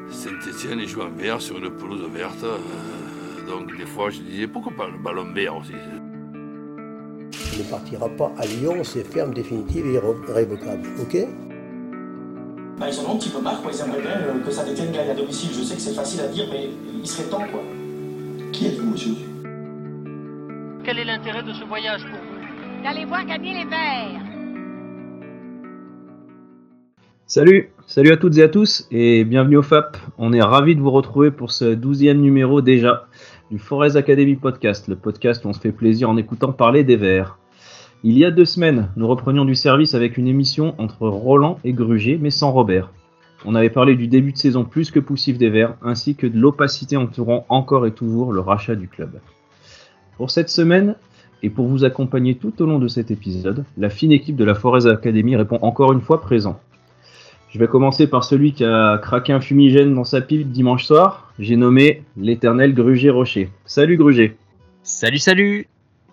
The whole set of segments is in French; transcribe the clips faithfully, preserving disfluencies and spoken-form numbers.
Saint-Etienne, ils jouent en vert sur une pelouse verte. Euh, donc des fois, je disais, pourquoi pas le ballon vert aussi? Il ne partira pas à Lyon, c'est ferme, définitive et irrévocable, ok? Bah, ils en ont un petit peu marre, quoi. Ils aimeraient bien euh, que Saint-Etienne gagne à domicile. Je sais que c'est facile à dire, mais il serait temps, quoi. Qui êtes-vous, monsieur? Quel est l'intérêt de ce voyage pour vous? D'aller voir gagner les Verts. Salut, salut à toutes et à tous et bienvenue au F A P. On est ravis de vous retrouver pour ce douzième numéro déjà du Forez Academy Podcast, le podcast où on se fait plaisir en écoutant parler des Verts. Il y a deux semaines, nous reprenions du service avec une émission entre Roland et Gruger, mais sans Robert. On avait parlé du début de saison plus que poussif des Verts, ainsi que de l'opacité entourant encore et toujours le rachat du club. Pour cette semaine, et pour vous accompagner tout au long de cet épisode, la fine équipe de la Forez Academy répond encore une fois présent. Je vais commencer par celui qui a craqué un fumigène dans sa pipe dimanche soir. J'ai nommé l'éternel Gruger Rocher. Salut Gruger. Salut, salut.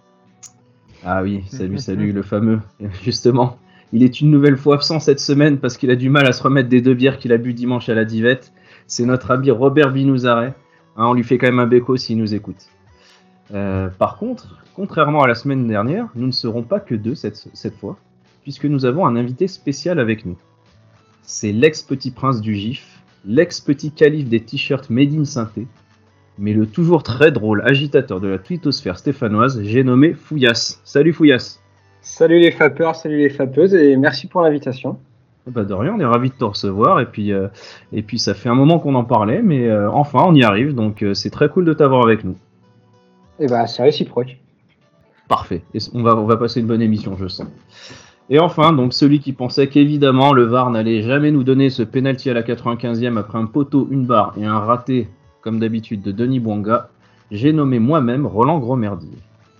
Ah oui, salut, salut, le fameux. Justement, il est une nouvelle fois absent cette semaine parce qu'il a du mal à se remettre des deux bières qu'il a bu dimanche à la Divette. C'est notre ami Robert Binouzaret. Hein, on lui fait quand même un béco s'il nous écoute. Euh, par contre, contrairement à la semaine dernière, nous ne serons pas que deux cette, cette fois, puisque nous avons un invité spécial avec nous. C'est l'ex-petit prince du gif, l'ex-petit calife des t-shirts Made in Sainté, mais le toujours très drôle agitateur de la twittosphère stéphanoise, j'ai nommé Fouillasse. Salut Fouillasse. Salut les fapeurs, salut les fapeuses et merci pour l'invitation. Bah de rien, on est ravis de te recevoir et puis, euh, et puis ça fait un moment qu'on en parlait, mais euh, enfin on y arrive, donc euh, c'est très cool de t'avoir avec nous. Et bah c'est réciproque. Parfait, et on va, on va passer une bonne émission, je sens. Et enfin, donc celui qui pensait qu'évidemment le V A R n'allait jamais nous donner ce pénalty à la quatre-vingt-quinzième après un poteau, une barre et un raté, comme d'habitude, de Denis Bouanga, j'ai nommé moi-même Roland Grosmerdier.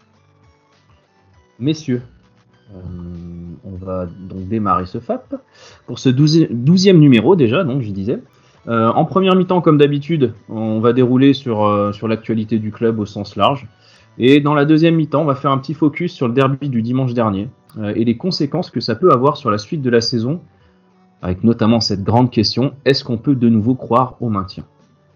Messieurs, euh, on va donc démarrer ce F A P pour ce douzième numéro déjà, donc je disais. Euh, en première mi-temps, comme d'habitude, on va dérouler sur, euh, sur l'actualité du club au sens large. Et dans la deuxième mi-temps, on va faire un petit focus sur le derby du dimanche dernier euh, et les conséquences que ça peut avoir sur la suite de la saison, avec notamment cette grande question, est-ce qu'on peut de nouveau croire au maintien?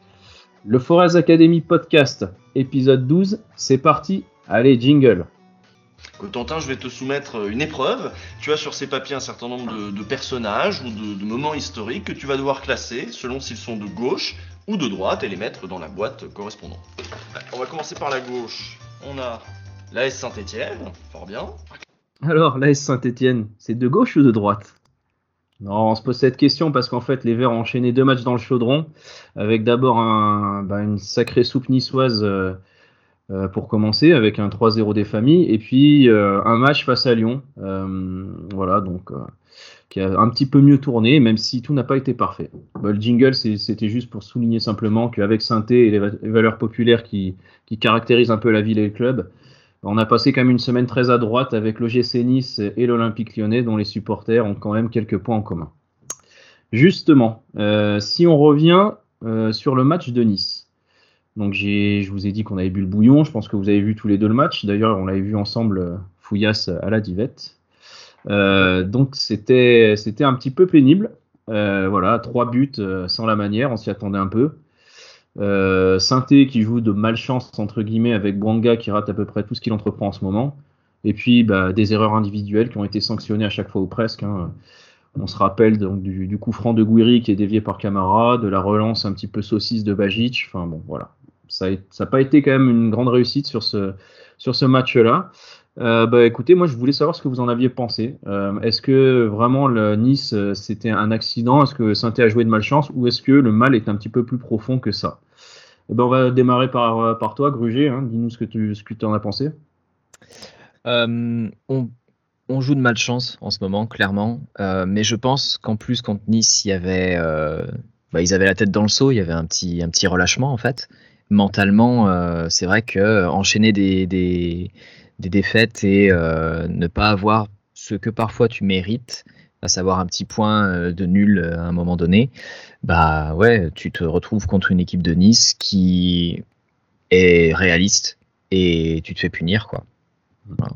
Le Forez Academy Podcast, épisode douze, c'est parti, allez jingle. Cotentin, je vais te soumettre une épreuve. Tu as sur ces papiers un certain nombre de, de personnages ou de, de moments historiques que tu vas devoir classer selon s'ils sont de gauche ou de droite et les mettre dans la boîte correspondante. On va commencer par la gauche. On a l'A S Saint-Etienne, fort bien. Alors, l'A S Saint-Etienne, c'est de gauche ou de droite? Non, on se pose cette question parce qu'en fait, les Verts ont enchaîné deux matchs dans le chaudron, avec d'abord un, bah, une sacrée soupe niçoise euh, euh, pour commencer, avec un trois zéro des familles, et puis euh, un match face à Lyon, euh, voilà, donc euh, qui a un petit peu mieux tourné, même si tout n'a pas été parfait. Bah, le jingle, c'est, c'était juste pour souligner simplement qu'avec Sainté et les, va- les valeurs populaires qui, qui caractérisent un peu la ville et le club, on a passé quand même une semaine très à droite avec l'O G C Nice et l'Olympique Lyonnais, dont les supporters ont quand même quelques points en commun. Justement, euh, si on revient euh, sur le match de Nice, donc j'ai, je vous ai dit qu'on avait bu le bouillon, je pense que vous avez vu tous les deux le match, d'ailleurs on l'avait vu ensemble, euh, Fouillasse à la Divette. Euh, donc c'était, c'était un petit peu pénible, euh, voilà, trois buts euh, sans la manière, on s'y attendait un peu. Euh, Sainté qui joue de malchance entre guillemets avec Bouanga qui rate à peu près tout ce qu'il entreprend en ce moment, et puis bah, des erreurs individuelles qui ont été sanctionnées à chaque fois ou presque, hein. On se rappelle donc du, du coup franc de Gouiri qui est dévié par Camara, de la relance un petit peu saucisse de Bajic, enfin bon voilà, ça n'a pas été quand même une grande réussite sur ce, sur ce match-là. Euh, bah écoutez, moi je voulais savoir ce que vous en aviez pensé. Euh, est-ce que vraiment le Nice euh, c'était un accident? Est-ce que Sainté a joué de malchance ou est-ce que le mal est un petit peu plus profond que ça? Eh ben, on va démarrer par, par toi, Gruger. Hein. Dis-nous ce que tu ce que tu en as pensé. Euh, on, on joue de malchance en ce moment, clairement. Euh, mais je pense qu'en plus, contre Nice, il y avait, euh, bah, ils avaient la tête dans le seau. Il y avait un petit, un petit relâchement, en fait. Mentalement, euh, c'est vrai que enchaîner des, des, des défaites et euh, ne pas avoir ce que parfois tu mérites, à savoir un petit point de nul à un moment donné, bah ouais, tu te retrouves contre une équipe de Nice qui est réaliste et tu te fais punir, quoi. Voilà.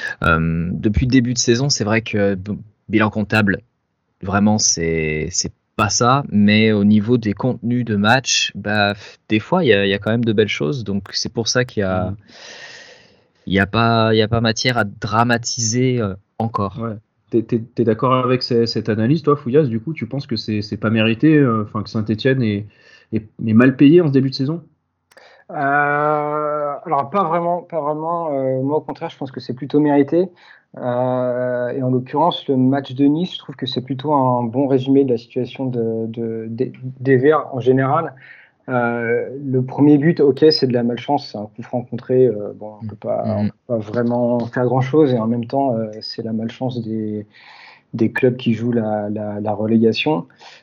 Euh, depuis le début de saison, c'est vrai que bilan comptable, vraiment, c'est, c'est pas ça, mais au niveau des contenus de match, bah, des fois, il y a, y a quand même de belles choses. Donc, c'est pour ça qu'il y a, il y a pas, il y a pas matière à dramatiser euh, encore. Ouais. T'es, t'es, t'es d'accord avec ces, cette analyse, toi, Fouillas? Du coup, tu penses que c'est, c'est pas mérité, enfin euh, que Saint-Etienne est, est, est mal payé en ce début de saison? Euh, alors pas vraiment, pas vraiment. Euh, moi au contraire, je pense que c'est plutôt mérité. Euh, et en l'occurrence, le match de Nice, je trouve que c'est plutôt un bon résumé de la situation de, de, de, des Verts en général. Euh, le premier but, ok, c'est de la malchance, c'est un coup franc contré. Euh, bon, on peut pas, on peut pas vraiment faire grand chose. Et en même temps, euh, c'est la malchance des, des clubs qui jouent la, la, la relégation.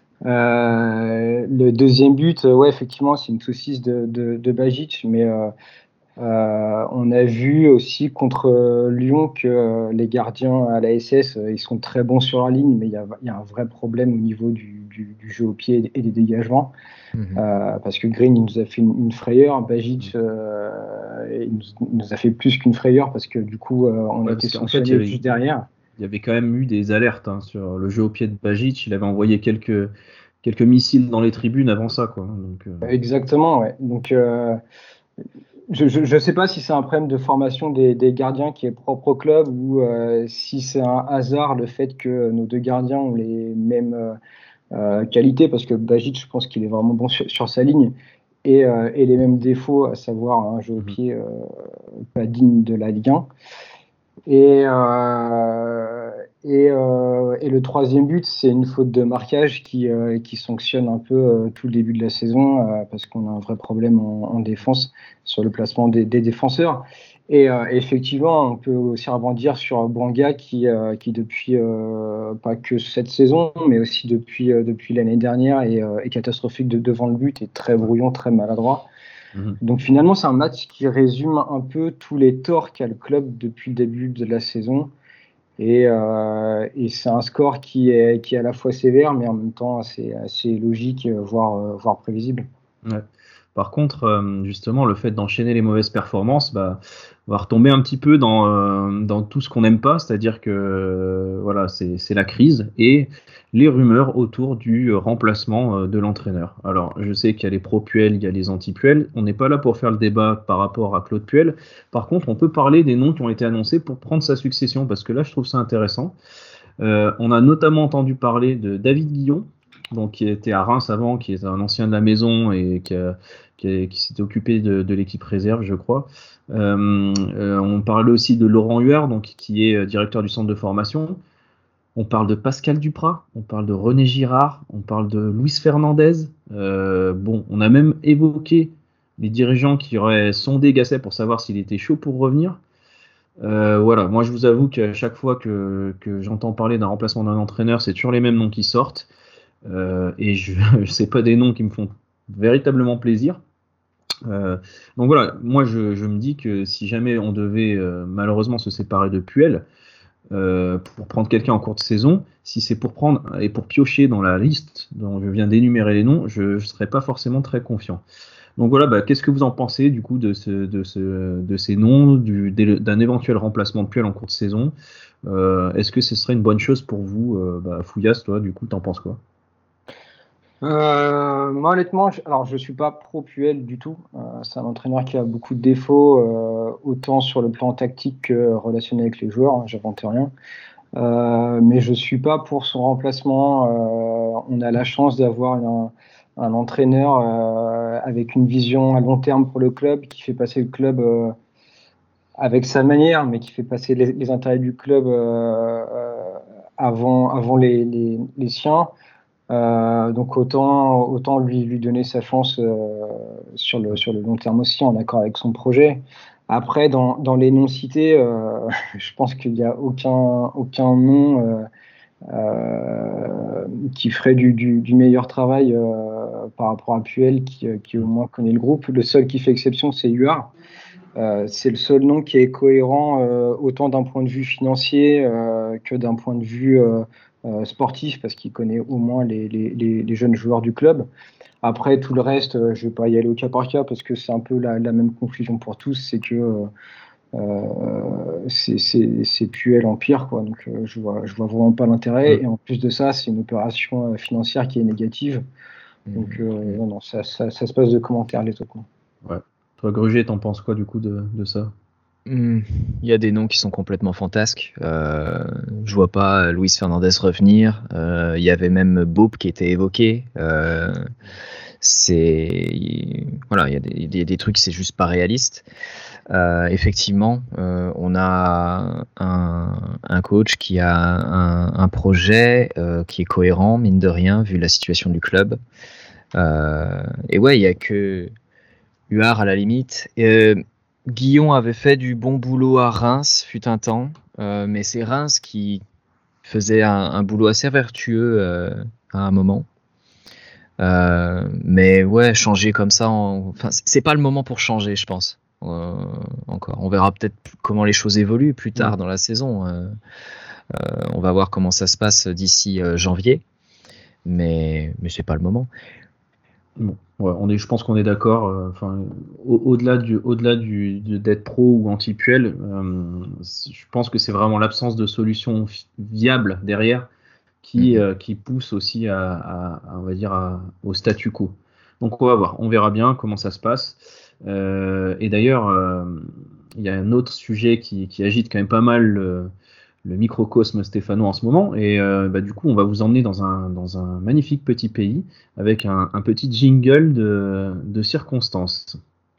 Euh, le deuxième but, ouais, effectivement, c'est une saucisse de, de, de Bajic, mais euh, euh, on a vu aussi contre Lyon que euh, les gardiens à la S S, euh, ils sont très bons sur la ligne, mais il y a, y a un vrai problème au niveau du, du, du jeu au pied et des dégagements, mmh. euh, parce que Green, il nous a fait une, une frayeur, Bajic, euh, il, nous, il nous a fait plus qu'une frayeur, parce que du coup, euh, on ouais, était sanctionné en fait, juste derrière. Il y avait quand même eu des alertes hein, sur le jeu au pied de Bajic. Il avait envoyé quelques, quelques missiles dans les tribunes avant ça, quoi. Donc, euh... Exactement, ouais. Donc, euh, je ne sais pas si c'est un problème de formation des, des gardiens qui est propre au club ou euh, si c'est un hasard le fait que nos deux gardiens ont les mêmes euh, qualités, parce que Bajic, je pense qu'il est vraiment bon sur, sur sa ligne, et, euh, et les mêmes défauts, à savoir un jeu au pied euh, pas digne de la Ligue un. Et, euh, et, euh, et le troisième but, c'est une faute de marquage qui, euh, qui sanctionne un peu euh, tout le début de la saison euh, parce qu'on a un vrai problème en, en défense sur le placement des, des défenseurs. Et euh, effectivement, on peut aussi rebondir sur Bouanga qui, euh, qui depuis euh, pas que cette saison, mais aussi depuis, euh, depuis l'année dernière est, euh, est catastrophique de, devant le but, est très brouillon, très maladroit. Donc finalement, c'est un match qui résume un peu tous les torts qu'a le club depuis le début de la saison. Et, euh, et c'est un score qui est, qui est à la fois sévère, mais en même temps assez, assez logique, voire, voire prévisible. Ouais. Par contre, justement, le fait d'enchaîner les mauvaises performances bah, va retomber un petit peu dans, euh, dans tout ce qu'on n'aime pas, c'est-à-dire que euh, voilà, c'est, c'est la crise et les rumeurs autour du remplacement de l'entraîneur. Alors, je sais qu'il y a les pro-Puel, il y a les anti-Puel. On n'est pas là pour faire le débat par rapport à Claude Puel. Par contre, on peut parler des noms qui ont été annoncés pour prendre sa succession, parce que là, je trouve ça intéressant. Euh, on a notamment entendu parler de David Guillon, donc qui était à Reims avant, qui est un ancien de la maison et qui, a, qui, a, qui s'était occupé de, de l'équipe réserve, je crois. Euh, euh, on parlait aussi de Laurent Huard, donc qui est directeur du centre de formation. On parle de Pascal Duprat, on parle de René Girard, on parle de Luis Fernandez. Euh, bon, on a même évoqué les dirigeants qui auraient sondé Gasset pour savoir s'il était chaud pour revenir. Euh, voilà, moi je vous avoue qu'à chaque fois que, que j'entends parler d'un remplacement d'un entraîneur, c'est toujours les mêmes noms qui sortent. Euh, et je ne sais pas des noms qui me font véritablement plaisir. Euh, donc voilà, moi je, je me dis que si jamais on devait euh, malheureusement se séparer de Puel euh, pour prendre quelqu'un en cours de saison, si c'est pour prendre et pour piocher dans la liste dont je viens d'énumérer les noms, je ne serais pas forcément très confiant. Donc voilà, bah, qu'est-ce que vous en pensez du coup de, ce, de, ce, de ces noms, du, d'un éventuel remplacement de Puel en cours de saison? euh, Est-ce que ce serait une bonne chose pour vous? euh, bah, Fouillas, toi, du coup, t'en penses quoi? Euh, moi honnêtement, je, alors je suis pas pro Puel du tout. Euh, c'est un entraîneur qui a beaucoup de défauts, euh, autant sur le plan tactique que relationnel avec les joueurs. Hein, j'invente rien. Euh, mais je suis pas pour son remplacement. Euh, on a la chance d'avoir un, un entraîneur euh, avec une vision à long terme pour le club, qui fait passer le club euh, avec sa manière, mais qui fait passer les, les intérêts du club euh, euh, avant, avant les, les, les siens. Euh, donc autant, autant lui, lui donner sa chance euh, sur, le, sur le long terme aussi, en accord avec son projet. Après, dans, dans les noms cités, euh, je pense qu'il n'y a aucun, aucun nom euh, euh, qui ferait du, du, du meilleur travail euh, par rapport à Puel, qui, qui au moins connaît le groupe. Le seul qui fait exception, c'est Huard. Euh, c'est le seul nom qui est cohérent euh, autant d'un point de vue financier euh, que d'un point de vue euh, euh, sportif, parce qu'il connaît au moins les, les, les, les jeunes joueurs du club. Après, tout le reste, euh, je ne vais pas y aller au cas par cas, parce que c'est un peu la, la même conclusion pour tous, c'est que euh, euh, c'est, c'est, c'est puer l'Empire, quoi. Donc euh, je vois, je vois vraiment pas l'intérêt. Et en plus de ça, c'est une opération euh, financière qui est négative. Donc euh, non, non, ça, ça, ça se passe de commentaires les autres, quoi. Ouais. Toi, Gruget, t'en penses quoi du coup de, de ça? Il y a des noms qui sont complètement fantasques. Euh, je vois pas Luis Fernandez revenir. Euh, il y avait même Bob qui était évoqué. Euh, c'est voilà, il y a des, des, des trucs, c'est juste pas réaliste. Euh, effectivement, euh, on a un, un coach qui a un, un projet euh, qui est cohérent, mine de rien, vu la situation du club. Euh, et ouais, il y a que Huard à la limite. Euh, Guillon avait fait du bon boulot à Reims, fut un temps, euh, mais c'est Reims qui faisait un, un boulot assez vertueux euh, à un moment. Euh, mais ouais, changer comme ça, en... enfin, c'est pas le moment pour changer, je pense. Euh, encore, on verra peut-être comment les choses évoluent plus tard dans la saison. Euh, euh, on va voir comment ça se passe d'ici euh, janvier, mais mais c'est pas le moment. Bon, ouais, on est, je pense qu'on est d'accord. euh, Enfin, au- au-delà du, au-delà du, de- d'être pro ou anti-Puel, euh, c- je pense que c'est vraiment l'absence de solution fi- viable derrière qui, Mhm. euh, qui pousse aussi à, à- à, on va dire, à- au statu quo. Donc on va voir, on verra bien comment ça se passe. Euh, et d'ailleurs, euh, il y a un autre sujet qui, qui agite quand même pas mal le, le microcosme stéphanois en ce moment. Et euh, bah, du coup, on va vous emmener dans un, dans un magnifique petit pays avec un, un petit jingle de, de circonstances.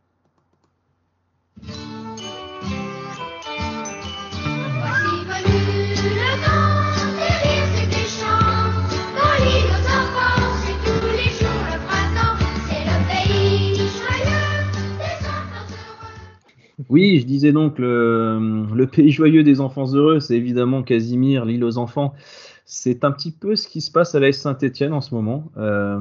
Voici venu le temps des rires et des chants, dans l'île aux enfants, c'est tous les jours le printemps, c'est le pays joyeux des enfants heureux. Oui, je disais donc le, le pays joyeux des enfants heureux, c'est évidemment Casimir, l'île aux enfants. C'est un petit peu ce qui se passe à l'A S Saint-Étienne en ce moment. Euh,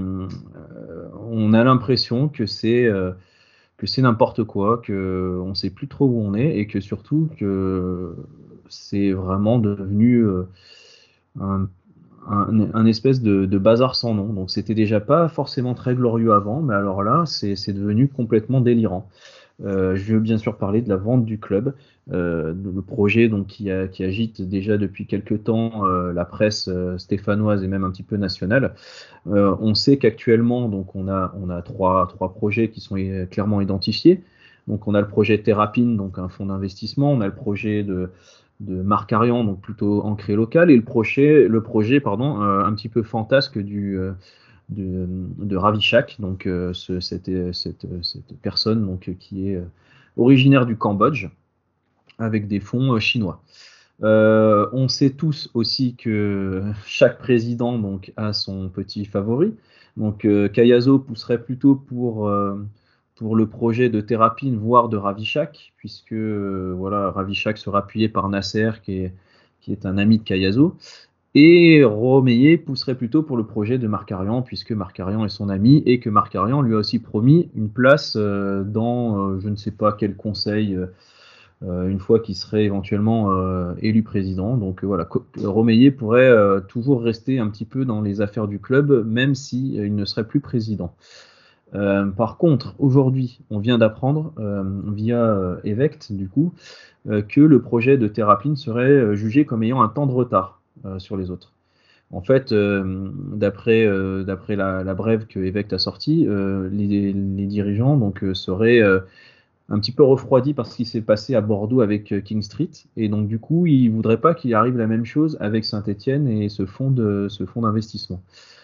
euh, on a l'impression que c'est euh, que c'est n'importe quoi, que on sait plus trop où on est et que surtout que c'est vraiment devenu euh, un, un, un espèce de, de bazar sans nom. Donc c'était déjà pas forcément très glorieux avant, mais alors là, c'est c'est devenu complètement délirant. Euh, je veux bien sûr parler de la vente du club, euh, le projet donc qui, a, qui agite déjà depuis quelques temps euh, la presse euh, stéphanoise et même un petit peu nationale. Euh, on sait qu'actuellement donc on a on a trois trois projets qui sont é- clairement identifiés. Donc on a le projet Terrapine, donc un fonds d'investissement, on a le projet de de Marc Arian, donc plutôt ancré local, et le projet le projet pardon euh, un petit peu fantasque du euh, de, de Ravichak, donc euh, ce, cette, cette, cette personne donc, qui est euh, originaire du Cambodge, avec des fonds euh, chinois. Euh, on sait tous aussi que chaque président donc, a son petit favori. Donc euh, Kayazo pousserait plutôt pour, euh, pour le projet de Terrapine, voire de Ravichak, puisque euh, voilà, Ravichak sera appuyé par Nasser, qui est, qui est un ami de Kayazo. Et Romeyer pousserait plutôt pour le projet de Marc Arian, puisque Marc Arian est son ami et que Marc Arian lui a aussi promis une place euh, dans euh, je ne sais pas quel conseil, euh, une fois qu'il serait éventuellement euh, élu président. Donc euh, voilà, Romeyer pourrait euh, toujours rester un petit peu dans les affaires du club, même s'il euh, ne serait plus président. Euh, par contre, aujourd'hui, on vient d'apprendre, euh, via euh, Evect, du coup, euh, que le projet de Terrapine serait euh, jugé comme ayant un temps de retard euh, sur les autres. En fait, euh, d'après euh, d'après la, la brève que Evect a sortie, euh, les, les dirigeants donc euh, seraient euh, un petit peu refroidis par ce qui s'est passé à Bordeaux avec euh, King Street, et donc du coup, ils voudraient pas qu'il arrive la même chose avec Saint-Étienne et ce fonds de ce fonds d'investissement.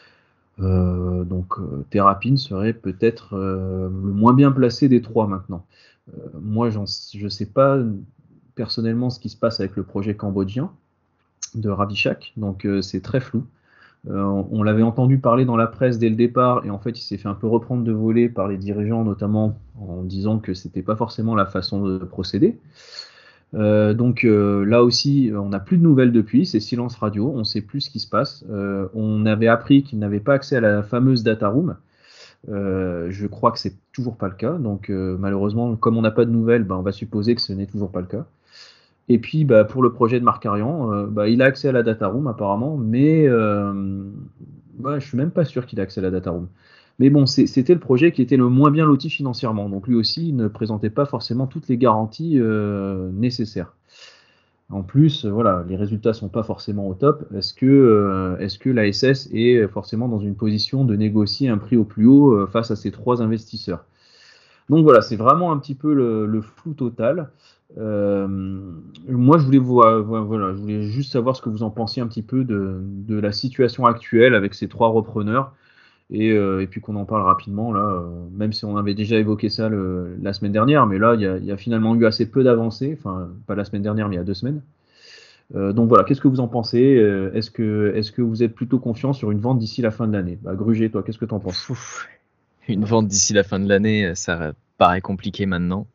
Euh, donc euh, Terrapine serait peut-être euh, le moins bien placé des trois maintenant. Euh, moi, j'en, je sais pas personnellement ce qui se passe avec le projet cambodgien de Ravichak, donc euh, c'est très flou. Euh, on, on l'avait entendu parler dans la presse dès le départ, et en fait il s'est fait un peu reprendre de volée par les dirigeants, notamment en disant que c'était pas forcément la façon de procéder. Euh, donc euh, là aussi, on n'a plus de nouvelles depuis, c'est silence radio, on ne sait plus ce qui se passe. Euh, on avait appris qu'ils n'avaient pas accès à la fameuse data room. Euh, je crois que c'est toujours pas le cas, donc euh, malheureusement, comme on n'a pas de nouvelles, bah, on va supposer que ce n'est toujours pas le cas. Et puis bah, pour le projet de Marc Arian, euh, bah, il a accès à la data room apparemment, mais euh, bah, je suis même pas sûr qu'il a accès à la data room. Mais bon, c'est, c'était le projet qui était le moins bien loti financièrement. Donc lui aussi il ne présentait pas forcément toutes les garanties euh, nécessaires. En plus, euh, voilà, les résultats sont pas forcément au top. Est-ce que, euh, est-ce que l'A S S est forcément dans une position de négocier un prix au plus haut euh, face à ces trois investisseurs? Donc voilà, c'est vraiment un petit peu le, le flou total. Euh, moi, je voulais vous, euh, voilà, je voulais juste savoir ce que vous en pensiez un petit peu de, de la situation actuelle avec ces trois repreneurs. Et, euh, et puis qu'on en parle rapidement, là, euh, même si on avait déjà évoqué ça le, la semaine dernière, mais là, il y a, y a finalement eu assez peu d'avancées, enfin, pas la semaine dernière, mais il y a deux semaines. Euh, donc voilà, qu'est-ce que vous en pensez? Euh, est-ce que, est-ce que vous êtes plutôt confiant sur une vente d'ici la fin de l'année? Bah, Gruget, toi, qu'est-ce que tu en penses? Ouf. Une vente d'ici la fin de l'année, ça paraît compliqué maintenant.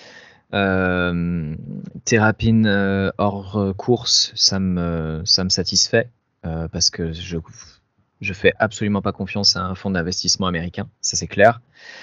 Euh, Terrapin euh, hors course, ça me, ça me satisfait euh, parce que je, je fais absolument pas confiance à un fonds d'investissement américain, ça c'est clair.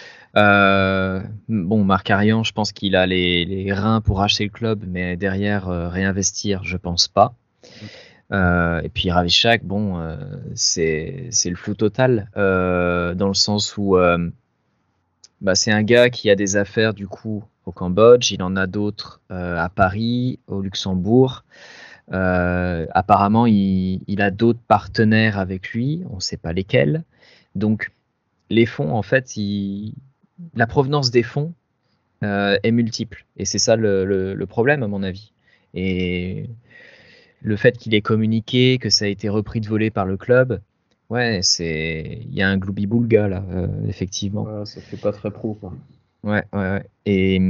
Euh, bon, Marc Arian, je pense qu'il a les, les reins pour acheter le club, mais derrière euh, réinvestir, je pense pas. Euh, et puis Ravitchak, bon, euh, c'est, c'est le flou total euh, dans le sens où euh, bah, c'est un gars qui a des affaires du coup au Cambodge, il en a d'autres euh, à Paris, au Luxembourg. Euh, apparemment, il, il a d'autres partenaires avec lui, on ne sait pas lesquels. Donc, les fonds, en fait, il... la provenance des fonds euh, est multiple. Et c'est ça le, le, le problème, à mon avis. Et le fait qu'il ait communiqué, que ça a été repris de volée par le club, ouais, c'est, il y a un gloubi-boulga là, euh, effectivement. Ouais, ça fait pas très pro, quoi. Ouais, ouais, ouais. Et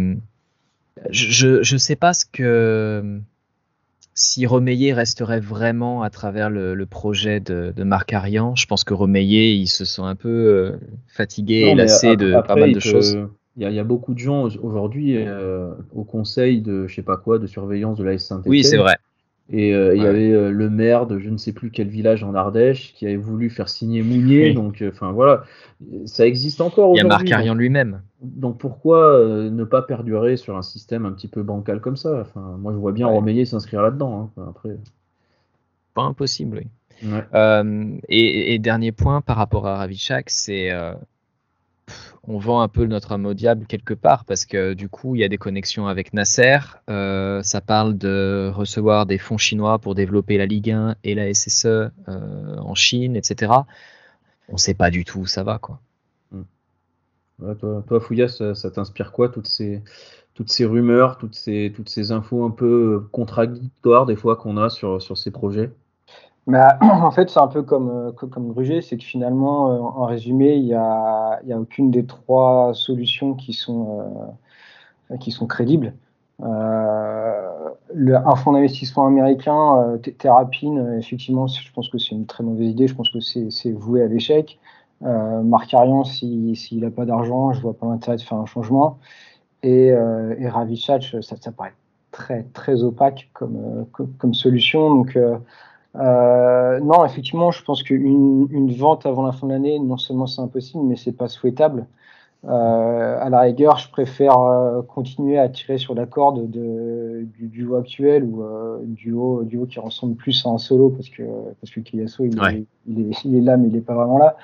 je, je sais pas ce que si Remeillet resterait vraiment à travers le, le projet de, de Marc Arian. Je pense que Remeillet, il se sent un peu euh, fatigué Non, et mais lassé ap- de après, pas mal il de peut- choses. Il y, a- il y a beaucoup de gens aujourd'hui euh, au conseil de, je sais pas quoi, de surveillance de l'A S Saint-Étienne. Oui, c'est vrai. Et euh, il y Ouais. avait euh, le maire de je ne sais plus quel village en Ardèche qui avait voulu faire signer Mounier. Oui. Donc, enfin voilà, ça existe encore Il y a aujourd'hui. Marc Arian Donc, lui-même. donc pourquoi euh, ne pas perdurer sur un système un petit peu bancal comme ça? Enfin, moi, je vois bien Ouais. Romeillet s'inscrire là-dedans. Hein. Enfin, après, Pas impossible, oui. ouais. Euh, et, et dernier point par rapport à Ravitchak, c'est euh, pff, on vend un peu notre âme au diable quelque part parce que du coup il y a des connexions avec Nasser. Euh, ça parle de recevoir des fonds chinois pour développer la Ligue un et la S S E euh, en Chine, et cetera. On sait pas du tout où ça va, quoi. Ouais, toi, toi, Fouilla, ça, ça t'inspire quoi, toutes ces, toutes ces rumeurs, toutes ces, toutes ces infos un peu contradictoires des fois qu'on a sur, sur ces projets? Bah, en fait, c'est un peu comme, euh, co- comme Gruget, c'est que finalement, euh, en résumé, il n'y a, il y a aucune des trois solutions qui sont, euh, qui sont crédibles. Euh, le, un fonds d'investissement américain, euh, T- Terrapin, euh, effectivement, c'est- je pense que c'est une très mauvaise idée. Je pense que c'est c'est voué à l'échec. Euh, Marc Arian, si- s'il n'a pas d'argent, je vois pas l'intérêt de faire un changement. Et, euh, et Ravitchak, ça, ça paraît très, très opaque comme, euh, comme, comme solution. Donc, euh, euh, non, effectivement, je pense qu'une une vente avant la fin de l'année, non seulement c'est impossible, mais c'est pas souhaitable. Euh, à la rigueur, je préfère euh, continuer à tirer sur la corde de, du duo actuel ou euh, duo, duo qui ressemble plus à un solo parce que parce que Kiyaso il, Ouais. est, il, est, il est là mais il est pas vraiment là.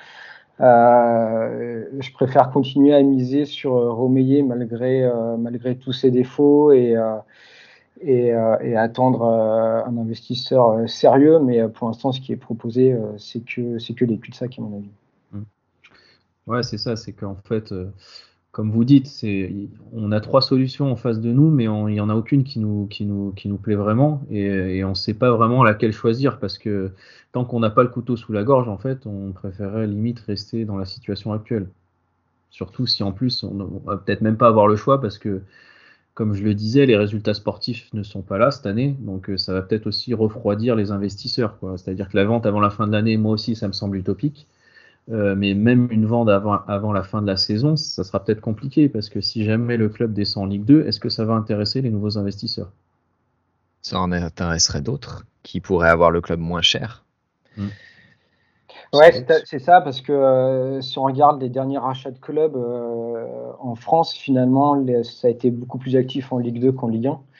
Euh, je préfère continuer à miser sur euh, Romeillet malgré euh, malgré tous ses défauts et euh, et, euh, et attendre euh, un investisseur euh, sérieux. Mais euh, pour l'instant, ce qui est proposé, euh, c'est que c'est que des cul-de-sac à mon avis. Ouais, c'est ça, c'est qu'en fait, euh, comme vous dites, c'est, on a trois solutions en face de nous, mais on- il n'y en a aucune qui nous, qui nous, qui nous plaît vraiment, et, et on ne sait pas vraiment laquelle choisir, parce que tant qu'on n'a pas le couteau sous la gorge, en fait, on préférerait limite rester dans la situation actuelle. Surtout si en plus, on ne va peut-être même pas avoir le choix, parce que, comme je le disais, les résultats sportifs ne sont pas là cette année, donc euh, ça va peut-être aussi refroidir les investisseurs, quoi. C'est-à-dire que la vente avant la fin de l'année, moi aussi, ça me semble utopique. Euh, mais même une vente avant, avant la fin de la saison, ça sera peut-être compliqué parce que si jamais le club descend en Ligue deux, est-ce que ça va intéresser les nouveaux investisseurs? Ça en intéresserait d'autres qui pourraient avoir le club moins cher. Mm. Ouais, c'est c'est ça, parce que euh, si on regarde les derniers rachats de clubs euh, en France, finalement, les- ça a été beaucoup plus actif en Ligue deux qu'en Ligue un.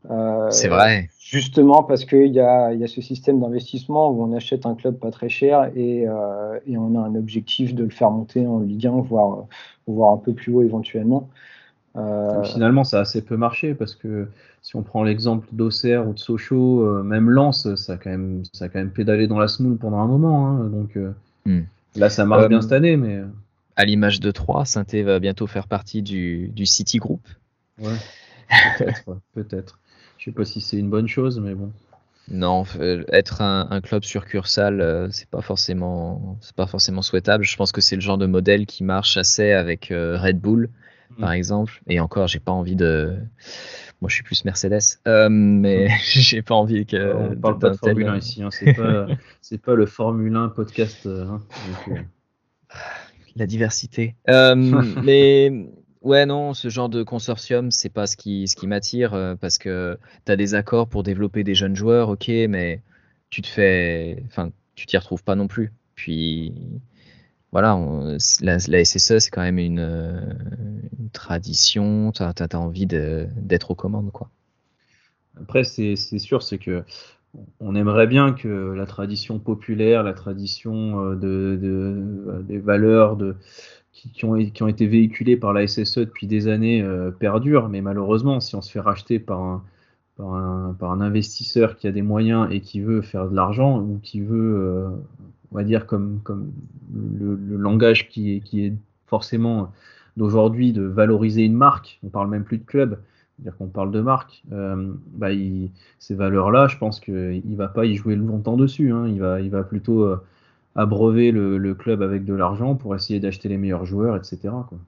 Euh, C'est vrai. Justement parce qu'il y a, il y a ce système d'investissement où on achète un club pas très cher et, euh, et on a un objectif de le faire monter en Ligue un, voire, voire un peu plus haut éventuellement. Euh, Finalement, ça a assez peu marché parce que si on prend l'exemple d'Auxerre ou de Sochaux, euh, même Lens, ça a quand même, ça a quand même pédalé dans la semoule pendant un moment. Hein, donc euh, Hmm. là, ça marche Euh, bien cette année, mais À l'image de Troyes, Saint-Étienne va bientôt faire partie du, du City Group. ouais, peut-être, ouais, peut-être. Je sais pas si c'est une bonne chose, mais bon. Non, euh, être un, un club succursale, euh, c'est pas forcément, c'est pas forcément souhaitable. Je pense que c'est le genre de modèle qui marche assez avec euh, Red Bull, par Mm. exemple. Et encore, j'ai pas envie de. Moi, je suis plus Mercedes, euh, mais j'ai pas envie que. Euh, on de- parle pas de d'un tel- Formule un ici, hein, c'est pas, c'est pas le Formule un podcast. euh, hein, donc, euh, La diversité. Euh, mais ouais, non, ce genre de consortium, c'est pas ce qui, ce qui m'attire euh, parce que tu as des accords pour développer des jeunes joueurs, ok, mais tu te fais. Enfin, tu t'y retrouves pas non plus. Puis voilà, on- la, la S S E, c'est quand même une, euh, une tradition. Tu as envie de- d'être aux commandes, quoi. Après, c'est c'est sûr, c'est que on aimerait bien que la tradition populaire, la tradition euh, de, de- euh, des valeurs de, qui, qui ont, qui ont été véhiculées par la S S E depuis des années euh, perdurent, mais malheureusement, si on se fait racheter par un, par un, par un investisseur qui a des moyens et qui veut faire de l'argent ou qui veut, euh, on va dire, comme, comme le, le langage qui est, qui est forcément d'aujourd'hui de valoriser une marque, on parle même plus de club, c'est-à-dire qu'on parle de marque, euh, bah, il- ces valeurs-là, je pense qu'il ne va pas y jouer longtemps dessus, hein. Il va, il va plutôt euh, abreuver le, le club avec de l'argent pour essayer d'acheter les meilleurs joueurs, et cetera, quoi.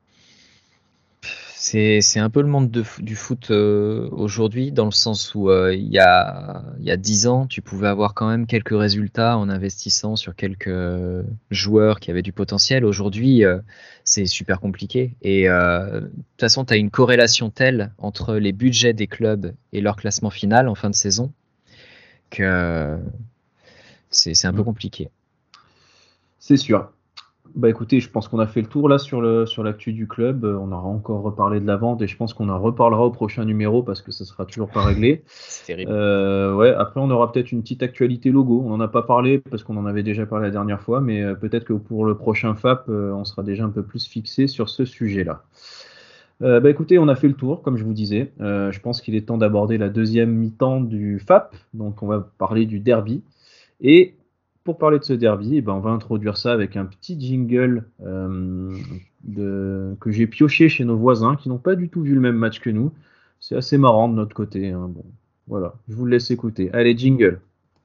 C'est, c'est un peu le monde de, f- du foot euh, aujourd'hui, dans le sens où euh, il y a, il y a dix ans, tu pouvais avoir quand même quelques résultats en investissant sur quelques euh, joueurs qui avaient du potentiel. Aujourd'hui, euh, c'est super compliqué. Et euh, de toute façon, tu as une corrélation telle entre les budgets des clubs et leur classement final en fin de saison que c'est, c'est un peu Mm. compliqué. C'est sûr. Bah écoutez, je pense qu'on a fait le tour là sur le sur l'actu du club. Euh, On aura encore reparlé de la vente et je pense qu'on en reparlera au prochain numéro parce que ça sera toujours pas réglé. C'est terrible. Euh, ouais, après on aura peut-être une petite actualité logo. On n'en a pas parlé parce qu'on en avait déjà parlé la dernière fois, mais euh, peut-être que pour le prochain F A P, euh, on sera déjà un peu plus fixé sur ce sujet-là. Euh, bah écoutez, on a fait le tour, comme je vous disais. Euh, je pense qu'il est temps d'aborder la deuxième mi-temps du F A P. Donc on va parler du derby. Et pour parler de ce derby, eh ben, on va introduire ça avec un petit jingle euh, de, que j'ai pioché chez nos voisins qui n'ont pas du tout vu le même match que nous. C'est assez marrant de notre côté, hein. Bon, voilà, je vous le laisse écouter. Allez, jingle.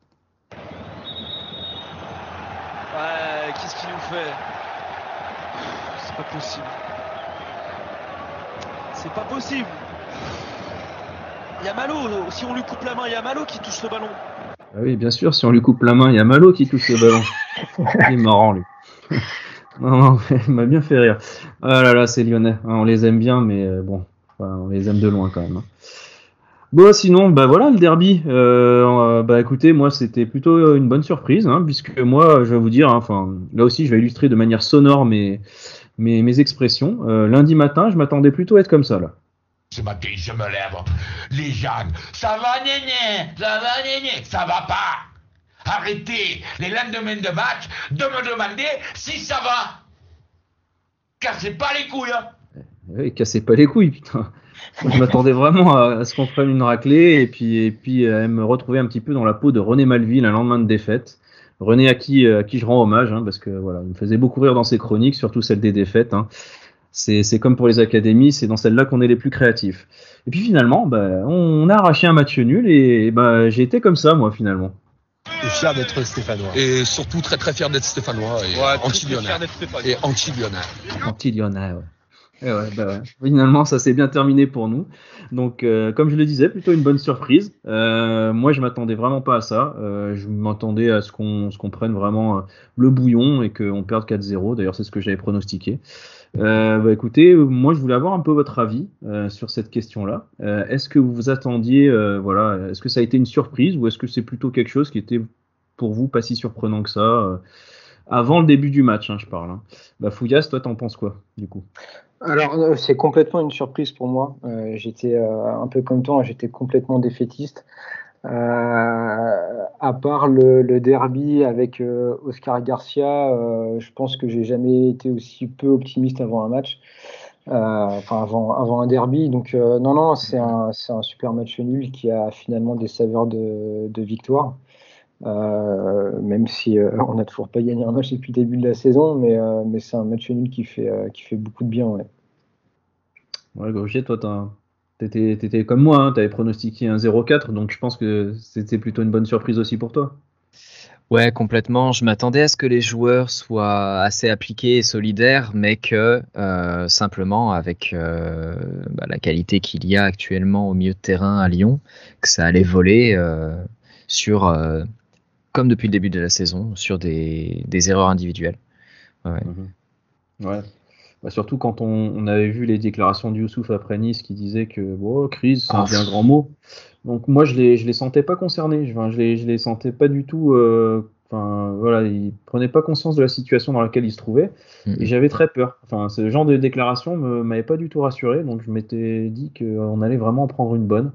Ouais, qu'est-ce qu'il nous fait? C'est pas possible. C'est pas possible. Il y a Malo, si on lui coupe la main, il y a Malo qui touche le ballon. Ah oui, bien sûr, si on lui coupe la main, il y a Malo qui touche le ballon. Il est marrant, lui. Non, non, il m'a bien fait rire. Ah là là, c'est lyonnais. Hein, on les aime bien, mais euh, bon, enfin, on les aime de loin quand même. Hein. Bon, sinon, bah voilà, le derby. Euh, euh, bah écoutez, moi, c'était plutôt une bonne surprise, hein, puisque moi, je vais vous dire, hein, enfin, là aussi, je vais illustrer de manière sonore mes, mes, mes expressions. Euh, lundi matin, je m'attendais plutôt à être comme ça, là. Ce matin, je me lève. Les Jeanne, ça va, néné, ça va, néné, ça va pas. Arrêtez les lendemains de match de me demander si ça va. Cassez pas les couilles. Hein. Oui, cassez pas les couilles, putain. Moi, je m'attendais vraiment à, à ce qu'on prenne une raclée et puis, et puis à me retrouver un petit peu dans la peau de René Malville un lendemain de défaite. René à qui, à qui je rends hommage, hein, parce que voilà, il me faisait beaucoup rire dans ses chroniques, surtout celle des défaites. Hein. C'est, c'est comme pour les académies, c'est dans celle-là qu'on est les plus créatifs. Et puis finalement, bah, on a arraché un match nul et bah, j'ai été comme ça, moi, finalement. Et fier d'être stéphanois. Et surtout très très fier d'être stéphanois et Ouais, anti-lyonnais. Et anti-lyonnais. Anti-lyonnais, ouais. Et ouais, bah ouais. Finalement, ça s'est bien terminé pour nous. Donc, euh, comme je le disais, plutôt une bonne surprise. Euh, moi, je m'attendais vraiment pas à ça. Euh, je m'attendais à ce qu'on, ce qu'on prenne vraiment euh, le bouillon et qu'on perde quatre zéro. D'ailleurs, c'est ce que j'avais pronostiqué. Euh, bah, écoutez, moi, je voulais avoir un peu votre avis euh, sur cette question-là. Euh, est-ce que vous vous attendiez, euh, voilà, est-ce que ça a été une surprise ou est-ce que c'est plutôt quelque chose qui était pour vous pas si surprenant que ça euh, avant le début du match, hein, je parle. Hein. Bah, Fougas, toi, t'en penses quoi, du coup? Alors, euh, c'est complètement une surprise pour moi. Euh, j'étais euh, un peu comme toi, j'étais complètement défaitiste. Euh, à part le, le derby avec euh, Oscar Garcia, euh, je pense que j'ai jamais été aussi peu optimiste avant un match, euh, enfin avant, avant un derby. Donc euh, non, non, c'est un, c'est un super match nul qui a finalement des saveurs de, de victoire. Euh, même si euh, on n'a toujours pas gagné un match depuis le début de la saison, mais, euh, mais c'est un match nul qui fait, euh, qui fait beaucoup de bien. Ouais. Ouais, Gauthier, toi, t'as- t'étais, t'étais comme moi, hein, t'avais pronostiqué un zéro quatre, donc je pense que c'était plutôt une bonne surprise aussi pour toi. Ouais, complètement. Je m'attendais à ce que les joueurs soient assez appliqués et solidaires, mais que euh, simplement avec euh, bah, la qualité qu'il y a actuellement au milieu de terrain à Lyon, que ça allait voler euh, sur, euh, comme depuis le début de la saison, sur des, des erreurs individuelles. Ouais. Mmh. Ouais. Bah, surtout quand on, on avait vu les déclarations de Youssouf après Nice qui disait que bon, crise, c'est un Ah, bien grand mot. Donc moi, je les, je les sentais pas concernés. Je, enfin, je, les, je les sentais pas du tout. euh, Enfin, voilà, ils prenaient pas conscience de la situation dans laquelle ils se trouvaient. Et mhm. j'avais très peur. Enfin, ce genre de déclaration me m'avait pas du tout rassuré. Donc je m'étais dit qu'on allait vraiment en prendre une bonne.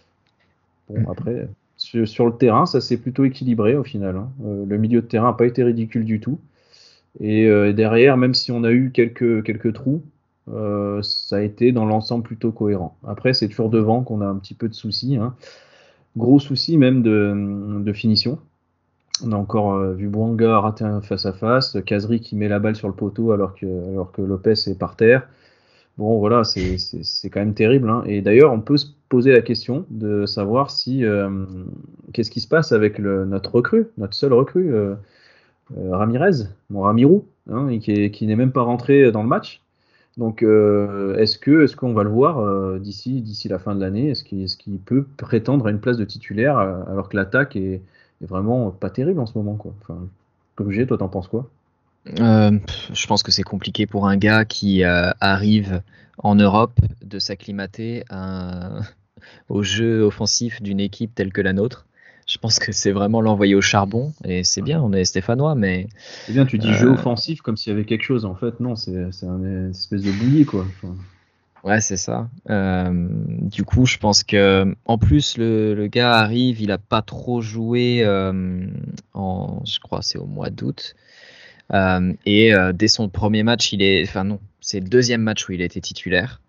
Bon, après, sur, sur le terrain, ça s'est plutôt équilibré au final. Hein. Euh, le milieu de terrain n'a pas été ridicule du tout. Et euh, derrière, même si on a eu quelques, quelques trous, euh, ça a été dans l'ensemble plutôt cohérent. Après, c'est toujours devant qu'on a un petit peu de soucis. Hein. Gros soucis même de, de finition. On a encore euh, vu Bouanga rater un face-à-face, Kazri qui met la balle sur le poteau alors que, alors que Lopez est par terre. Bon, voilà, c'est, c'est, c'est quand même terrible. Hein. Et d'ailleurs, on peut se poser la question de savoir si euh, qu'est-ce qui se passe avec le, notre recrue, notre seul recrue, euh, euh, Ramirez, mon Ramirou, hein, et qui, est, qui n'est même pas rentré dans le match. Donc, euh, est-ce que, est-ce qu'on va le voir euh, d'ici, d'ici la fin de l'année? Est-ce qu'il, est-ce qu'il peut prétendre à une place de titulaire euh, alors que l'attaque est, est vraiment pas terrible en ce moment, quoi. Enfin, comme j'ai, toi, t'en penses quoi? Euh, pff, je pense que c'est compliqué pour un gars qui euh, arrive en Europe de s'acclimater à- au jeu offensif d'une équipe telle que la nôtre. Je pense que c'est vraiment l'envoyer au charbon, et c'est bien, on est stéphanois, mais C'est bien, tu dis euh, jeu offensif comme s'il y avait quelque chose. En fait, non, c'est, c'est un- une espèce de bouillie, quoi. Enfin, ouais, c'est ça. Euh, du coup, je pense que en plus le, le gars arrive, il a pas trop joué euh, en, je crois, c'est au mois d'août. Euh, et euh, dès son premier match, il est, enfin non, c'est le deuxième match où il a été titulaire.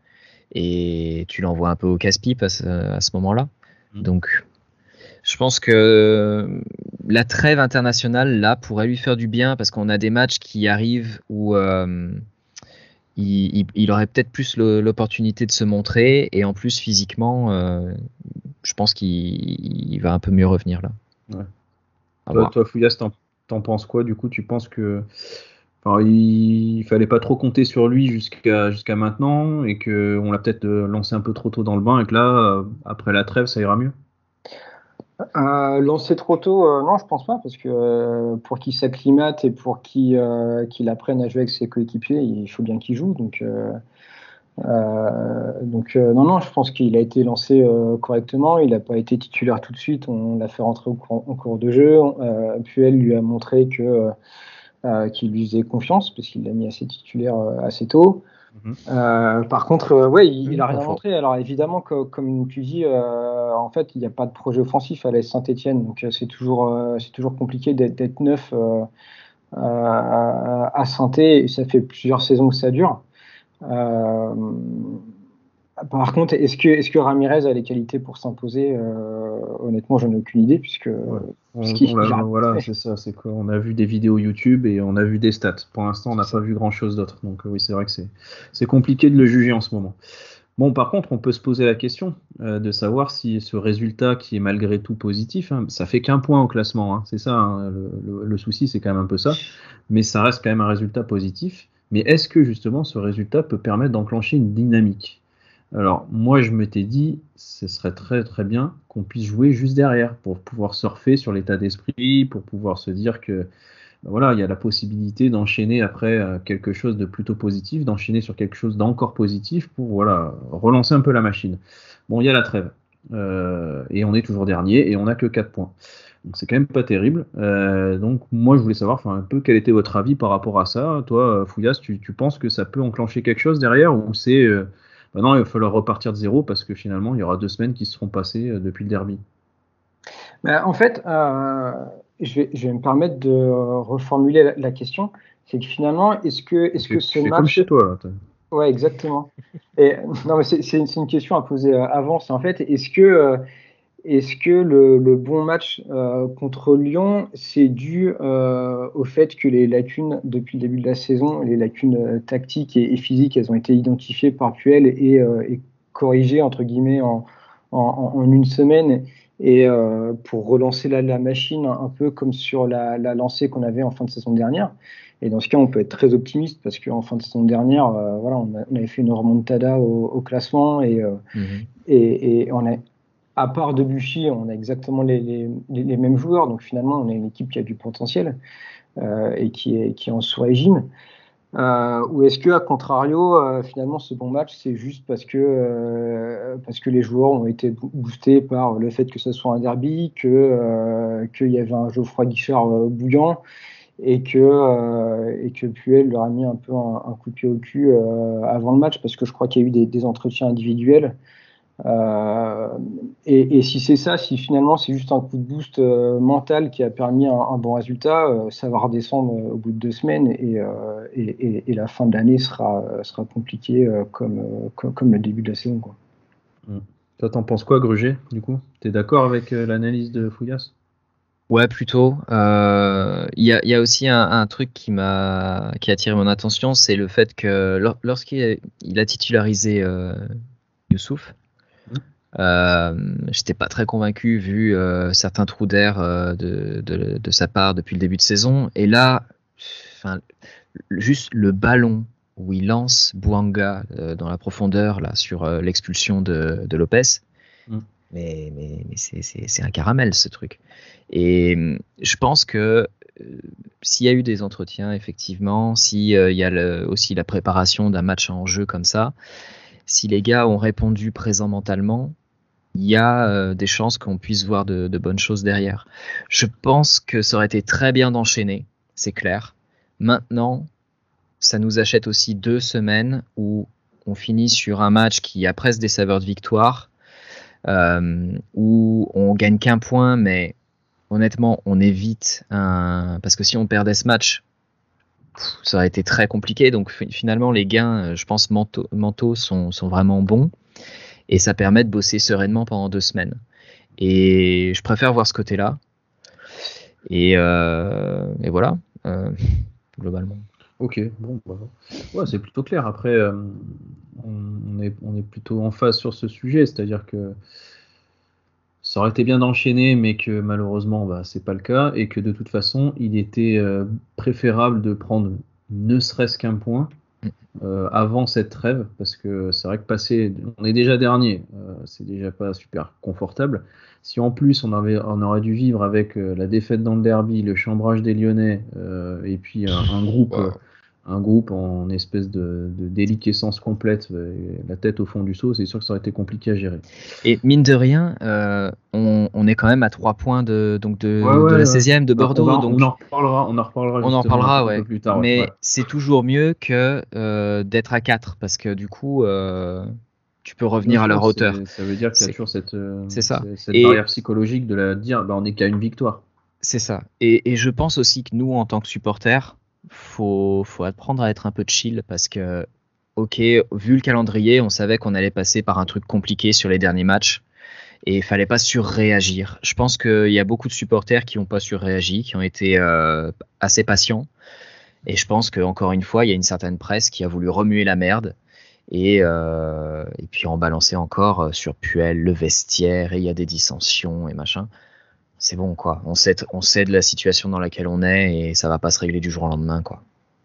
Et tu l'envoies un peu au casse-pipe à ce, à ce moment-là. Mhm. Donc, je pense que la trêve internationale là pourrait lui faire du bien parce qu'on a des matchs qui arrivent où euh, il, il- il aurait peut-être plus le- l'opportunité de se montrer, et en plus physiquement, euh, je pense qu'il il va un peu mieux revenir là. ouais. À Toi, voir. toi, Fouillas, t'en, t'en penses quoi? Du coup, tu penses que, enfin, il, il fallait pas trop compter sur lui jusqu'à jusqu'à maintenant et que on l'a peut-être euh, lancé un peu trop tôt dans le bain et que là, euh, après la trêve, ça ira mieux. Euh, lancer trop tôt, euh, non, je pense pas, parce que euh, pour qu'il s'acclimate et pour qu'il euh, qu'il apprenne à jouer avec ses coéquipiers, il faut bien qu'il joue. Donc, euh, euh, donc euh, non, non, je pense qu'il a été lancé euh, correctement. Il n'a pas été titulaire tout de suite. On l'a fait rentrer au cours, en cours de jeu. Euh, Puel lui a montré que euh, qu'il lui faisait confiance, parce qu'il l'a mis assez titulaire euh, assez tôt. Mhm. Euh, par contre, euh, ouais, il, il a Pas rien faux. montré. Alors évidemment, que, comme tu dis, euh, en fait, il n'y a pas de projet offensif à l'A S Saint-Étienne, donc euh, c'est toujours, euh, c'est toujours compliqué d'être, d'être neuf euh, euh, à Saint-Étienne, et ça fait plusieurs saisons que ça dure. Euh, par contre, est-ce que, est-ce que Ramirez a les qualités pour s'imposer? Euh, honnêtement, j'en ai aucune idée, puisque Ouais. On, puisqu'il on l'a- il a- voilà, c'est ça. C'est qu'on a vu des vidéos YouTube et on a vu des stats. Pour l'instant, on n'a pas vu grand-chose d'autre. Donc euh, oui, c'est vrai que c'est c'est compliqué de le juger en ce moment. Bon, par contre, on peut se poser la question euh, de savoir si ce résultat, qui est malgré tout positif, hein, ça fait qu'un point au classement. Hein, c'est ça, hein, le, le- le souci, c'est quand même un peu ça. Mais ça reste quand même un résultat positif. Mais est-ce que justement ce résultat peut permettre d'enclencher une dynamique? Alors, moi, je m'étais dit, ce serait très très bien qu'on puisse jouer juste derrière pour pouvoir surfer sur l'état d'esprit, pour pouvoir se dire que ben voilà, il y a la possibilité d'enchaîner après euh, quelque chose de plutôt positif, d'enchaîner sur quelque chose d'encore positif pour voilà, relancer un peu la machine. Bon, il y a la trêve. euh, et on est toujours dernier et on n'a que quatre points. Donc c'est quand même pas terrible. Euh, donc moi je voulais savoir un peu quel était votre avis par rapport à ça. Toi, Fouillas, tu, tu penses que ça peut enclencher quelque chose derrière ou c'est euh, bah non, il va falloir repartir de zéro parce que finalement il y aura deux semaines qui se seront passées euh, depuis le derby. Bah, en fait, euh, je, vais, je vais me permettre de reformuler la, la question. C'est que finalement, est-ce que, est-ce tu, que ce tu fais match... comme chez toi là. T'as... Ouais, exactement. Et non, mais c'est, c'est, une, c'est une question à poser avant. C'est en fait, est-ce que euh, Est-ce que le, le bon match euh, contre Lyon, c'est dû euh, au fait que les lacunes, depuis le début de la saison, les lacunes euh, tactiques et, et physiques, elles ont été identifiées par Puel et, euh, et corrigées, entre guillemets, en, en, en une semaine, et euh, pour relancer la, la machine un, un peu comme sur la, la lancée qu'on avait en fin de saison dernière. Et dans ce cas, on peut être très optimiste parce qu'en fin de saison dernière, euh, voilà, on, a, on avait fait une remontada au, au classement et, euh, mmh. et, et on a... À part Debuchy, on a exactement les, les, les mêmes joueurs, donc finalement on a une équipe qui a du potentiel euh, et qui est, qui est en sous-régime. Euh, ou est-ce que, à contrario, euh, finalement ce bon match c'est juste parce que, euh, parce que les joueurs ont été boostés par le fait que ce soit un derby, que, euh, qu'il y avait un Geoffroy Guichard euh, bouillant et que, euh, et que Puel leur a mis un peu un, un coup de pied au cul euh, avant le match parce que je crois qu'il y a eu des, des entretiens individuels. Euh, et, et si c'est ça, si finalement c'est juste un coup de boost euh, mental qui a permis un, un bon résultat, euh, ça va redescendre euh, au bout de deux semaines et, euh, et, et, et la fin de l'année sera, sera compliquée euh, comme, euh, comme, comme le début de la saison, quoi. Mmh. Toi, t'en penses quoi, Gruget, du coup ? T'es d'accord avec euh, l'analyse de Fouillas ? Ouais, plutôt. Il euh, y, a, y a aussi un, un truc qui m'a qui a attiré mon attention, c'est le fait que lor, lorsqu'il a, il a titularisé euh, Youssouf, Euh, j'étais pas très convaincu vu euh, certains trous d'air euh, de, de, de sa part depuis le début de saison. Et là, enfin, juste le ballon où il lance Bouanga euh, dans la profondeur là sur euh, l'expulsion de, de Lopez, mm. mais, mais, mais c'est, c'est, c'est un caramel ce truc. Et je pense que euh, s'il y a eu des entretiens, effectivement, s'il euh, y a le, aussi la préparation d'un match en jeu comme ça, si les gars ont répondu présent mentalement, il y a euh, des chances qu'on puisse voir de, de bonnes choses derrière. Je pense que ça aurait été très bien d'enchaîner, c'est clair. Maintenant, ça nous achète aussi deux semaines où on finit sur un match qui a presque des saveurs de victoire, euh, où on gagne qu'un point, mais honnêtement, on évite un... Parce que si on perdait ce match, ça aurait été très compliqué. Donc finalement, les gains, je pense, mentaux, mentaux sont, sont vraiment bons. Et ça permet de bosser sereinement pendant deux semaines. Et je préfère voir ce côté-là. Et, euh, et voilà, euh, globalement. Ok, bon, bah, ouais, c'est plutôt clair. Après, euh, on, est, on est plutôt en phase sur ce sujet. C'est-à-dire que ça aurait été bien d'enchaîner, mais que malheureusement, bah, c'est pas le cas. Et que de toute façon, il était euh, préférable de prendre ne serait-ce qu'un point. Euh, avant cette trêve, parce que c'est vrai que passer, on est déjà dernier, euh, c'est déjà pas super confortable. Si en plus on avait, on aurait dû vivre avec euh, la défaite dans le derby, le chambrage des Lyonnais, euh, et puis un, un groupe, wow. euh, un groupe en espèce de, de déliquescence complète, euh, la tête au fond du seau, c'est sûr que ça aurait été compliqué à gérer. Et mine de rien, euh, on, on est quand même à trois points de, donc de, ouais, ouais, de la ouais. seizième de Bordeaux. On, va, donc on en reparlera, on en reparlera. On en reparlera, ouais. Un peu plus tard, mais ouais. c'est toujours mieux que euh, d'être à quatre, parce que du coup, euh, tu peux revenir non, à leur hauteur. Ça veut dire qu'il y a c'est, toujours cette, euh, c'est ça. cette et, barrière psychologique de la dire, bah, on n'est qu'à une victoire. C'est ça. Et, et je pense aussi que nous, en tant que supporters, faut, faut apprendre à être un peu chill, parce que, ok, vu le calendrier, on savait qu'on allait passer par un truc compliqué sur les derniers matchs. Et il fallait pas surréagir. Je pense qu'il y a beaucoup de supporters qui n'ont pas surréagi, qui ont été euh, assez patients. Et je pense qu'encore une fois, il y a une certaine presse qui a voulu remuer la merde et, euh, et puis en balancer encore sur Puel, le vestiaire, et il y a des dissensions et machin. C'est bon, quoi. On sait, on sait de la situation dans laquelle on est et ça va pas se régler du jour au lendemain, quoi.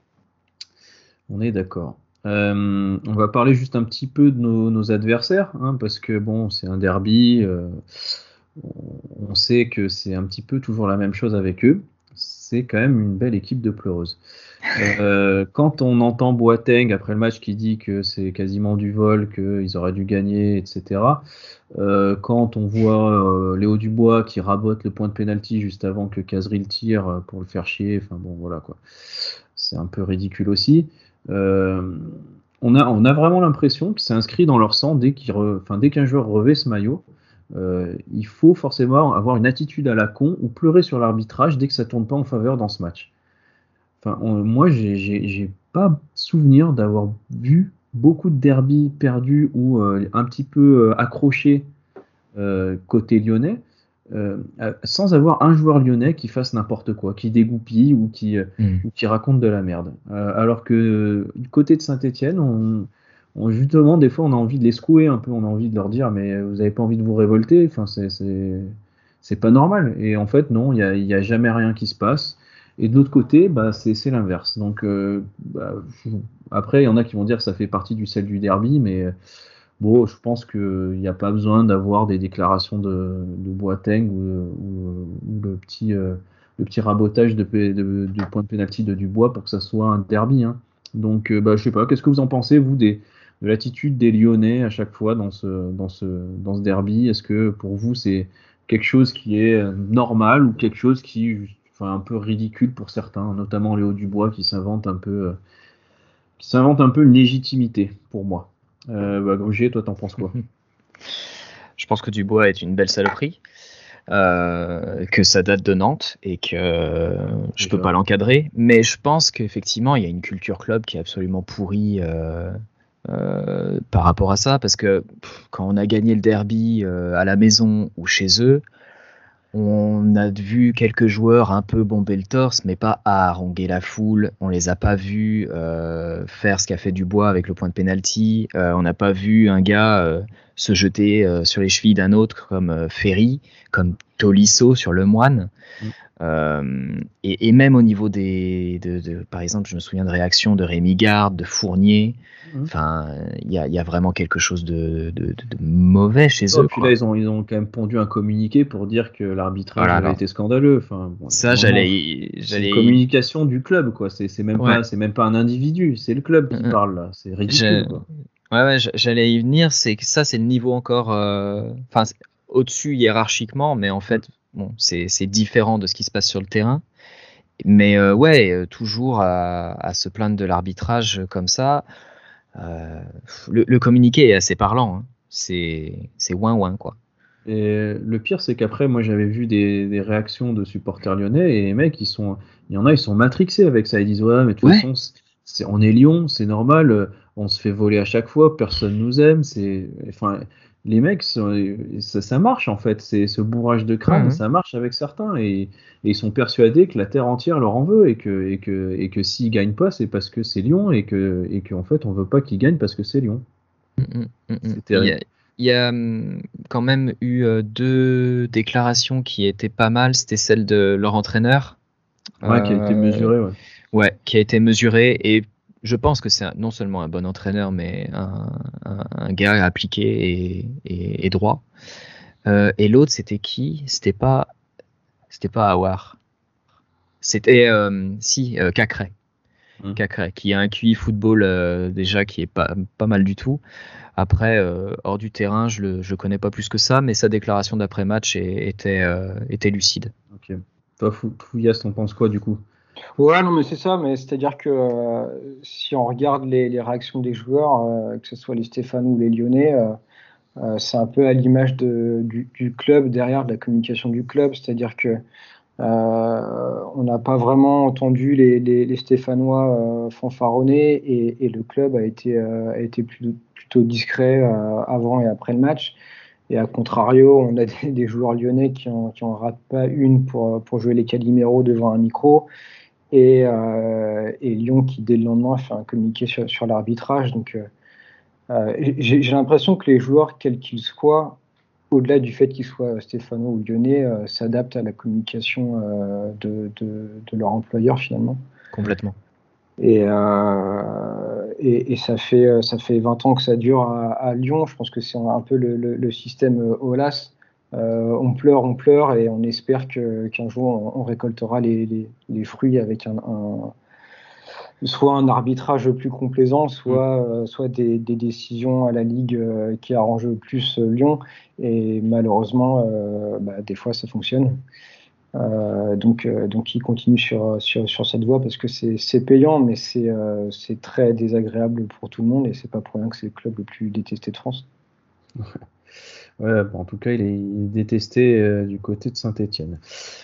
On est d'accord. Euh, on va parler juste un petit peu de nos, nos adversaires, hein, parce que bon, c'est un derby, euh, on, on sait que c'est un petit peu toujours la même chose avec eux. c'est quand même une belle équipe de pleureuses. Euh, quand on entend Boateng après le match qui dit que c'est quasiment du vol, qu'ils auraient dû gagner, et cetera. Euh, quand on voit euh, Léo Dubois qui rabote le point de pénalty juste avant que Khazri le tire pour le faire chier, enfin bon voilà quoi, c'est un peu ridicule aussi. Euh, on a on a vraiment l'impression que c'est inscrit dans leur sang dès qu'il re, enfin dès qu'un joueur revêt ce maillot. Euh, il faut forcément avoir une attitude à la con ou pleurer sur l'arbitrage dès que ça tourne pas en faveur dans ce match. Enfin, on, moi, j'ai, j'ai, j'ai pas souvenir d'avoir vu beaucoup de derbys perdus ou euh, un petit peu euh, accrochés euh, côté lyonnais, euh, sans avoir un joueur lyonnais qui fasse n'importe quoi, qui dégoupille ou qui, euh, mmh. ou qui raconte de la merde. Euh, alors que euh, du côté de Saint-Etienne, on, on, justement, des fois, on a envie de les secouer un peu, on a envie de leur dire, mais vous avez pas envie de vous révolter, enfin, c'est, c'est, c'est pas normal. Et en fait, non, il y a, y a jamais rien qui se passe. Et de l'autre côté, bah, c'est, c'est l'inverse. Donc, euh, bah, après, il y en a qui vont dire que ça fait partie du sel du derby, mais bon, je pense qu'il n'y a pas besoin d'avoir des déclarations de, de Boateng ou, ou, ou le, petit, euh, le petit rabotage de, de, de, de point de pénalty de Dubois pour que ça soit un derby. Hein. Donc, euh, bah, je sais pas, qu'est-ce que vous en pensez, vous, des, de l'attitude des Lyonnais à chaque fois dans ce, dans ce, dans ce derby ? Est-ce que pour vous, c'est quelque chose qui est normal ou quelque chose qui... Enfin, un peu ridicule pour certains, notamment Léo Dubois qui s'invente un peu, euh, qui s'invente un peu une légitimité pour moi. Euh, bah, Grugier, toi, t'en penses quoi ? Je pense que Dubois est une belle saloperie, euh, que ça date de Nantes et que euh, je peux pas l'encadrer. Mais je pense qu'effectivement, il y a une culture club qui est absolument pourrie euh, euh, par rapport à ça, parce que pff, quand on a gagné le derby euh, à la maison ou chez eux. On a vu quelques joueurs un peu bomber le torse, mais pas haranguer la foule. On les a pas vus euh, faire ce qu'a fait Dubois avec le point de pénalty. Euh, on n'a pas vu un gars euh, se jeter euh, sur les chevilles d'un autre comme euh, Ferry, comme Tolisso sur Le Moine. Mmh. Euh, et, et même au niveau des, de, de, par exemple, je me souviens de réactions de Rémi Garde, de Fournier. Enfin, il y a, y a vraiment quelque chose de, de, de, de mauvais chez oh, eux. Puis là, ils ont, ils ont quand même pondu un communiqué pour dire que l'arbitrage voilà, avait alors. été scandaleux. Enfin, bon, ça, j'allais, j'allais. C'est une communication du club, quoi. C'est, c'est même ouais. pas, c'est même pas un individu, c'est le club qui mmh. parle là. C'est ridicule. Quoi. Ouais, ouais, j'allais y venir. C'est que ça, c'est le niveau encore, enfin, euh, au-dessus hiérarchiquement, mais en fait, bon, c'est, c'est différent de ce qui se passe sur le terrain. Mais euh, ouais, euh, toujours à, à se plaindre de l'arbitrage comme ça. Euh, le, le communiqué est assez parlant, hein. c'est, c'est ouin ouin quoi. Et le pire c'est qu'après moi j'avais vu des, des réactions de supporters lyonnais et les mecs ils sont, il y en a ils sont matrixés avec ça, ils disent ouais mais de toute ouais. façon c'est, on est Lyon, c'est normal, on se fait voler à chaque fois, personne nous aime, c'est, enfin les mecs ça, ça marche en fait, c'est ce bourrage de crâne, mmh. ça marche avec certains et, et ils sont persuadés que la terre entière leur en veut et que et que et que s'ils gagnent pas c'est parce que c'est Lyon et que et qu'en fait on veut pas qu'ils gagnent parce que c'est Lyon. Mmh, mmh, c'est terrible. Il y a, il y a quand même eu deux déclarations qui étaient pas mal, c'était celle de leur entraîneur. Ouais, euh, qui a été mesurée, ouais. Ouais, qui a été mesurée et je pense que c'est un, non seulement un bon entraîneur, mais un, un, un gars appliqué et, et, et droit. Euh, et l'autre, c'était qui ? C'était pas, c'était pas Aouar. C'était euh, si euh, Cacré. Mmh. Cacré, qui a un Q I football euh, déjà qui est pas pas mal du tout. Après, euh, hors du terrain, je le je connais pas plus que ça, mais sa déclaration d'après match est, était euh, était lucide. Ok. Toi, Fouillas, t'en penses quoi du coup ? Ouais, non, mais c'est ça, mais c'est-à-dire que euh, si on regarde les, les réactions des joueurs, euh, que ce soit les Stéphanois ou les Lyonnais, euh, euh, c'est un peu à l'image de, du, du club derrière, de la communication du club, c'est-à-dire que euh, on n'a pas vraiment entendu les, les, les Stéphanois euh, fanfaronner et, et le club a été, euh, a été plus, plutôt discret euh, avant et après le match. Et à contrario, on a des, des joueurs lyonnais qui en, qui en ratent pas une pour, pour jouer les Calimero devant un micro. Et, euh, et Lyon qui dès le lendemain fait un communiqué sur, sur l'arbitrage. Donc euh, j'ai, j'ai l'impression que les joueurs, quels qu'ils soient, au-delà du fait qu'ils soient stéphanois ou lyonnais, euh, s'adaptent à la communication euh, de, de, de leur employeur finalement. Complètement. Et, euh, et, et ça fait ça fait vingt ans que ça dure à, à Lyon. Je pense que c'est un peu le, le, le système Aulas. Euh, on pleure, on pleure et on espère que, qu'un jour on, on récoltera les, les, les fruits avec un, un, soit un arbitrage plus complaisant, soit, mmh. euh, soit des, des décisions à la Ligue euh, qui arrangent plus euh, Lyon. Et malheureusement, euh, bah, des fois ça fonctionne. Euh, donc, euh, donc il continue sur, sur, sur cette voie parce que c'est, c'est payant, mais c'est, euh, c'est très désagréable pour tout le monde et c'est pas pour rien que c'est le club le plus détesté de France. Ouais, bon, en tout cas, il est, il est détesté euh, du côté de Saint-Étienne.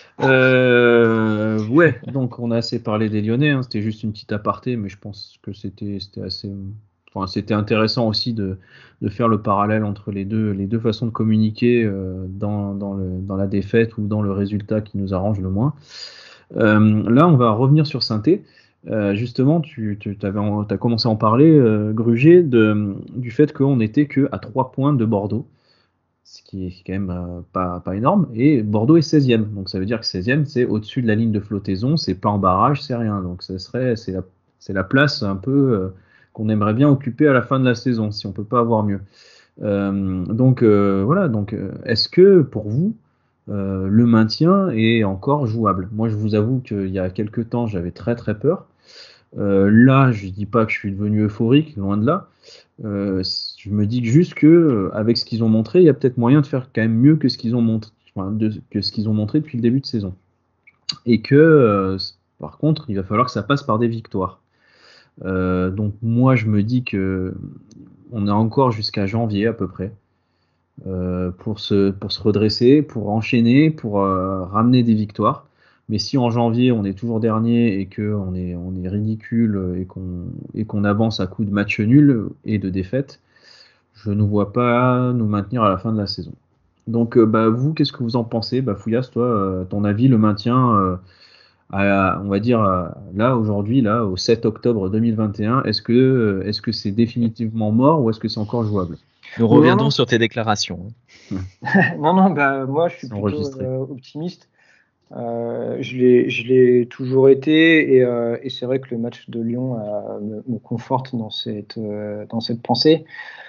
Euh, ouais, donc on a assez parlé des Lyonnais, hein, c'était juste une petite aparté, mais je pense que c'était, c'était assez, enfin, c'était intéressant aussi de, de faire le parallèle entre les deux, les deux façons de communiquer euh, dans, dans, le, dans la défaite ou dans le résultat qui nous arrange le moins. Euh, là, on va revenir sur Saint-Étienne. Euh, justement, tu, tu as commencé à en parler, euh, Gruget, de, du fait qu'on n'était qu'à trois points de Bordeaux. Ce qui est quand même euh, pas, pas énorme, et Bordeaux est seizième, donc ça veut dire que seizième c'est au-dessus de la ligne de flottaison, c'est pas en barrage, c'est rien, donc ça serait, c'est, la, c'est la place un peu euh, qu'on aimerait bien occuper à la fin de la saison, si on peut pas avoir mieux. Euh, donc euh, voilà, donc euh, est-ce que pour vous, euh, le maintien est encore jouable ? Moi je vous avoue qu'il y a quelques temps j'avais très très peur, euh, là je dis pas que je suis devenu euphorique, loin de là. Euh, je me dis juste que euh, avec ce qu'ils ont montré, il y a peut-être moyen de faire quand même mieux que ce qu'ils ont montré, enfin, de, que ce qu'ils ont montré depuis le début de saison. Et que euh, par contre, il va falloir que ça passe par des victoires. Euh, donc moi, je me dis que on a encore jusqu'à janvier à peu près euh, pour se pour se redresser, pour enchaîner, pour euh, ramener des victoires. Mais si en janvier on est toujours dernier et qu'on est, on est ridicule et qu'on, et qu'on avance à coups de match nul et de défaite, je ne vois pas nous maintenir à la fin de la saison. Donc euh, bah, vous, qu'est-ce que vous en pensez ? Bah, Fouillasse, toi, euh, ton avis, le maintien, euh, à, on va dire à, là aujourd'hui, là, au sept octobre deux mille vingt et un, est-ce que, euh, est-ce que c'est définitivement mort ou est-ce que c'est encore jouable ? Nous reviendrons sur tes déclarations. non, non, bah, moi je suis c'est plutôt euh, optimiste. Euh, je, l'ai, je l'ai toujours été et, euh, et c'est vrai que le match de Lyon euh, me, me conforte dans cette, euh, dans cette pensée.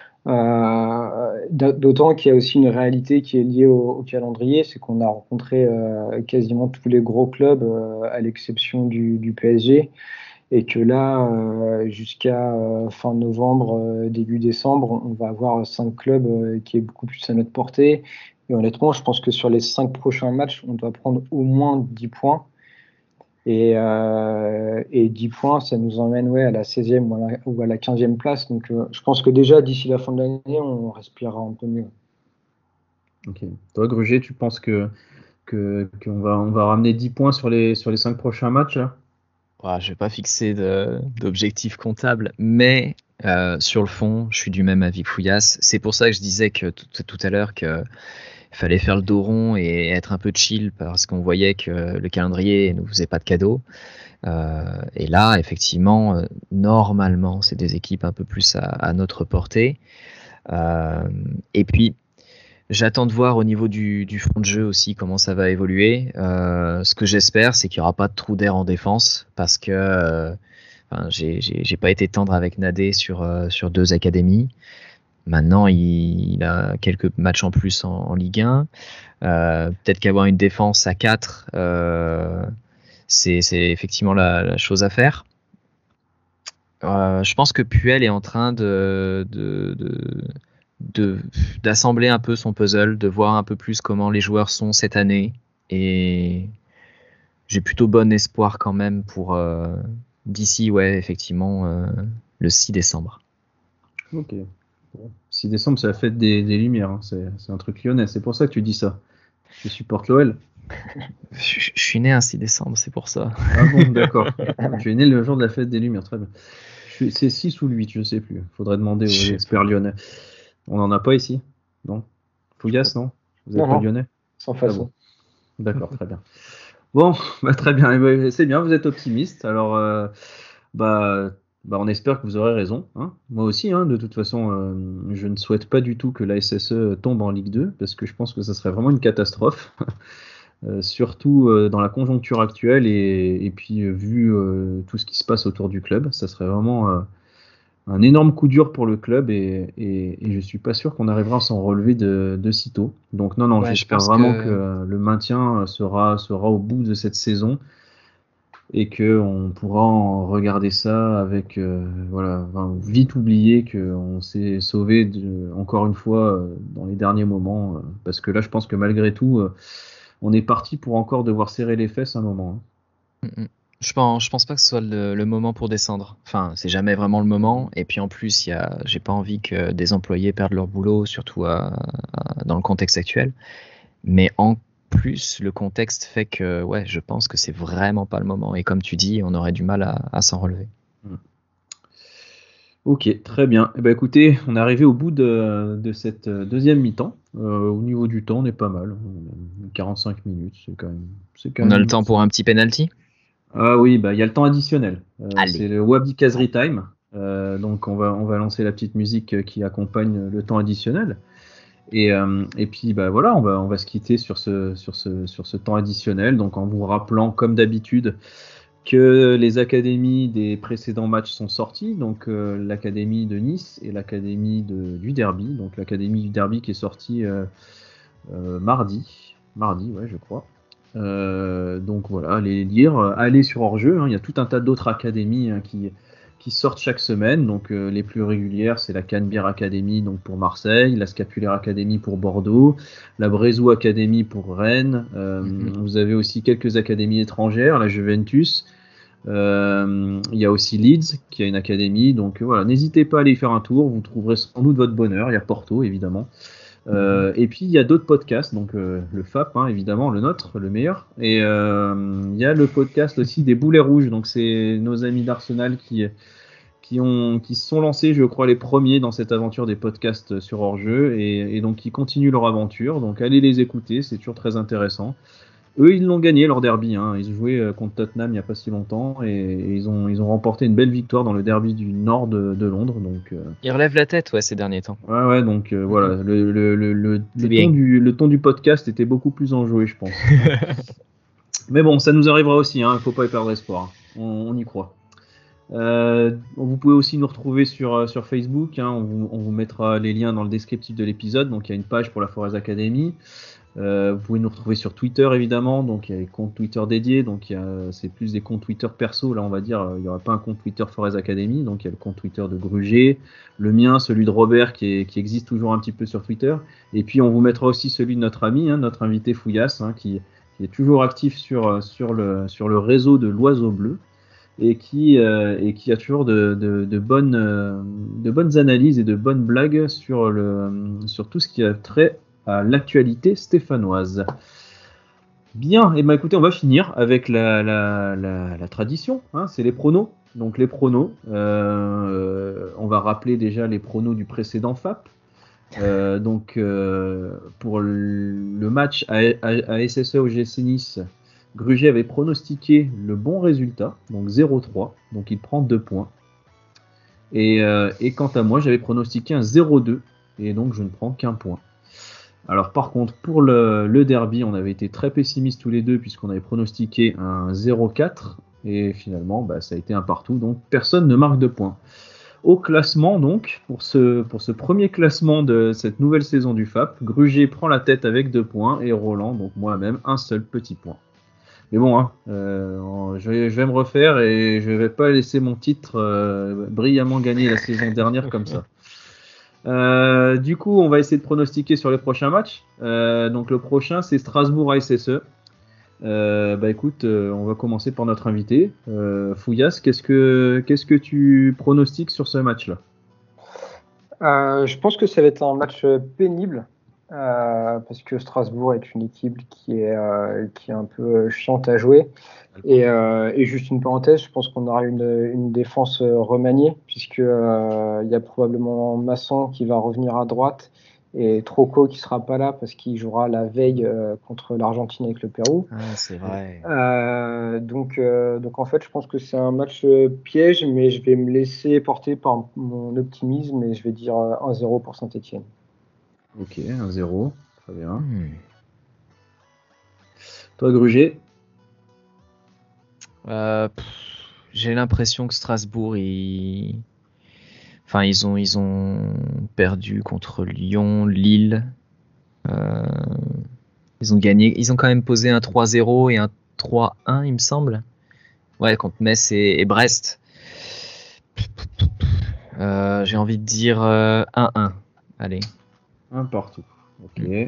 Euh, d'autant qu'il y a aussi une réalité qui est liée au, au calendrier, c'est qu'on a rencontré euh, quasiment tous les gros clubs euh, à l'exception du, du P S G et que là, euh, jusqu'à euh, fin novembre, euh, début décembre, on va avoir cinq clubs euh, qui est beaucoup plus à notre portée. Et honnêtement, je pense que sur les cinq prochains matchs, on doit prendre au moins dix points. Et, euh, et dix points, ça nous emmène ouais, à la seizième ou à la, ou à la quinzième place. Donc euh, je pense que déjà, d'ici la fin de l'année, on respirera un peu mieux. Ok. Toi, Gruget, tu penses que, que, qu'on va, on va ramener dix points sur les, sur les cinq prochains matchs là ? Ouais, je ne vais pas fixer de, d'objectifs comptables, mais euh, sur le fond, je suis du même avis que Fouillasse. C'est pour ça que je disais que tout, tout à l'heure que il fallait faire le dos rond et être un peu chill parce qu'on voyait que le calendrier ne nous faisait pas de cadeaux. Euh, et là, effectivement, euh, normalement, c'est des équipes un peu plus à, à notre portée. Euh, et puis, j'attends de voir au niveau du, du fond de jeu aussi comment ça va évoluer. Euh, ce que j'espère, c'est qu'il n'y aura pas de trou d'air en défense parce que euh, enfin, j'ai, j'ai, j'ai pas été tendre avec Nadé sur, euh, sur deux académies. Maintenant, il, il a quelques matchs en plus en, en Ligue un. Euh, peut-être qu'avoir une défense à quatre, euh, c'est, c'est effectivement la, la chose à faire. Euh, je pense que Puel est en train de, de, de, de, d'assembler un peu son puzzle, de voir un peu plus comment les joueurs sont cette année. Et j'ai plutôt bon espoir quand même pour euh, d'ici, ouais, effectivement, euh, le six décembre. Ok. Bon, six décembre, c'est la fête des, des Lumières, hein. c'est, c'est un truc lyonnais, c'est pour ça que tu dis ça. Tu supportes l'O L ? je, je suis né un six décembre, c'est pour ça. Ah bon, d'accord. Tu es né le jour de la fête des Lumières, très bien. Je suis, c'est six ou huit, je sais plus. Faudrait demander aux experts lyonnais. On n'en a pas ici ? Non ? Fouillasse, non ? Vous n'êtes pas lyonnais ? Sans façon. Ah bon. D'accord, très bien. Bon, bah, très bien, c'est bien, vous êtes optimiste. Alors, euh, bah... Bah, on espère que vous aurez raison. Hein. Moi aussi, hein, de toute façon, euh, je ne souhaite pas du tout que la S S E tombe en Ligue deux, parce que je pense que ça serait vraiment une catastrophe, euh, surtout euh, dans la conjoncture actuelle et, et puis euh, vu euh, tout ce qui se passe autour du club, ça serait vraiment euh, un énorme coup dur pour le club et, et, et je suis pas sûr qu'on arrivera à s'en relever de, de sitôt. Donc non, non, Ouais, je j'espère pense vraiment que- que le maintien sera, sera au bout de cette saison et qu'on pourra en regarder ça avec, euh, voilà, enfin, vite oublier qu'on s'est sauvé de- encore une fois euh, dans les derniers moments. euh, parce que là, je pense que malgré tout, euh, on est parti pour encore devoir serrer les fesses un moment. hein. Mm, mm. Je pense, je pense pas que ce soit le, le moment pour descendre. Enfin, c'est jamais vraiment le moment. Et puis en plus, il y a, j'ai pas envie que des employés perdent leur boulot, surtout à- à- dans le contexte actuel. Mais en plus, le contexte fait que, ouais, je pense que c'est vraiment pas le moment. Et comme tu dis, on aurait du mal à, à s'en relever. Ok, très bien. Eh ben, écoutez, on est arrivé au bout de, de cette euh, deuxième mi-temps. Euh, au niveau du temps, on est pas mal. On a quarante-cinq minutes, c'est quand même. C'est quand On a même- le temps pour un petit penalty? Ah oui, bah il y a le temps additionnel. Euh, Allez. c'est le Wabi Kazri Time. Euh, donc on va on va lancer la petite musique qui accompagne le temps additionnel. Et, euh, et puis bah voilà, on va on va se quitter sur ce sur ce sur ce temps additionnel. Donc en vous rappelant comme d'habitude que les académies des précédents matchs sont sorties, donc euh, l'académie de Nice et l'académie de, du Derby, donc l'académie du Derby qui est sortie euh, euh, mardi, mardi ouais je crois. Euh, donc voilà, allez les lire, allez sur hors-jeu, hein, il y a tout un tas d'autres académies hein, qui, qui sortent chaque semaine, donc euh, les plus régulières c'est la Canebière Academy donc pour Marseille, la Scapulaire Academy pour Bordeaux, la Brezou Academy pour Rennes, euh, mm-hmm. Vous avez aussi quelques académies étrangères, la Juventus, euh, il y a aussi Leeds qui a une académie, donc euh, voilà, n'hésitez pas à aller y faire un tour, vous trouverez sans doute votre bonheur, il y a Porto évidemment. Euh, et puis il y a d'autres podcasts, donc euh, le F A P hein, évidemment, le nôtre, le meilleur. Et euh, il y a le podcast aussi des Boulets Rouges, donc c'est nos amis d'Arsenal qui qui ont qui se sont lancés, je crois, les premiers dans cette aventure des podcasts sur hors-jeu et, et donc qui continuent leur aventure. Donc allez les écouter, c'est toujours très intéressant. Eux, ils l'ont gagné leur derby. Hein. Ils jouaient contre Tottenham il n'y a pas si longtemps et, et ils ont ils ont remporté une belle victoire dans le derby du nord de, de Londres. Donc euh... ils relèvent la tête, ouais, ces derniers temps. Ouais, ouais. Donc euh, voilà, le le le le, le ton du le ton du podcast était beaucoup plus enjoué, je pense. Mais bon, ça nous arrivera aussi. Hein. Faut pas y perdre espoir. On, on y croit. Euh, vous pouvez aussi nous retrouver sur, sur Facebook. Hein. On, vous, on vous mettra les liens dans le descriptif de l'épisode. Donc il y a une page pour la Forez Academy. Euh, vous pouvez nous retrouver sur Twitter évidemment, donc il y a les comptes Twitter dédiés, donc il y a, c'est plus des comptes Twitter perso, là on va dire, il n'y aura pas un compte Twitter Forez Academy, donc il y a le compte Twitter de Gruget, le mien, celui de Robert qui, est, qui existe toujours un petit peu sur Twitter, et puis on vous mettra aussi celui de notre ami, hein, notre invité Fouillasse, hein, qui, qui est toujours actif sur, sur, le, sur le réseau de l'Oiseau Bleu, et qui, euh, et qui a toujours de, de, de, bonnes, euh, de bonnes analyses et de bonnes blagues sur, le, sur tout ce qui a trait à l'actualité stéphanoise. Bien, et ben écoutez, on va finir avec la, la, la, la tradition, hein, c'est les pronos. Donc les pronos, euh, on va rappeler déjà les pronos du précédent F A P. Euh, donc euh, pour le match à, à, à S S E au G C Nice, Gruget avait pronostiqué le bon résultat, donc zéro trois, donc il prend deux points. Et, euh, et quant à moi, j'avais pronostiqué un zéro deux, et donc je ne prends qu'un point. Alors par contre pour le, le derby on avait été très pessimistes tous les deux puisqu'on avait pronostiqué un zéro quatre et finalement bah, ça a été un partout, donc personne ne marque de points. Au classement donc, pour ce, pour ce premier classement de cette nouvelle saison du F A P, Gruget prend la tête avec deux points et Roland, donc moi-même, un seul petit point. Mais bon, hein, euh, je, vais, je vais me refaire et je vais pas laisser mon titre euh, brillamment gagner la saison dernière comme ça. Euh, du coup, on va essayer de pronostiquer sur les prochains matchs. Euh, donc le prochain, c'est Strasbourg à S S E. Euh, bah écoute, euh, on va commencer par notre invité, euh, Fouillasse. Qu'est-ce que qu'est-ce que tu pronostiques sur ce match-là ? euh, Je pense que ça va être un match pénible euh, parce que Strasbourg est une équipe qui est euh, qui est un peu chiante à jouer. Et, euh, et juste une parenthèse, je pense qu'on aura une, une défense remaniée puisque euh, il y a probablement Masson qui va revenir à droite et Troco qui sera pas là parce qu'il jouera la veille euh, contre l'Argentine avec le Pérou. Ah, c'est vrai. Euh, donc, euh, donc en fait, je pense que c'est un match piège, mais je vais me laisser porter par mon optimisme et je vais dire un zéro pour Saint-Etienne. Ok, un zéro, très bien. Hmm. Toi, Gruget ? Euh, pff, j'ai l'impression que Strasbourg, il... Enfin, ils ont, ils ont perdu contre Lyon, Lille. Euh, ils ont gagné. Ils ont quand même posé un trois zéro et un trois un, il me semble. Ouais, contre Metz et, et Brest. Euh, j'ai envie de dire euh, un un. Allez. Un partout. Ok. Mm.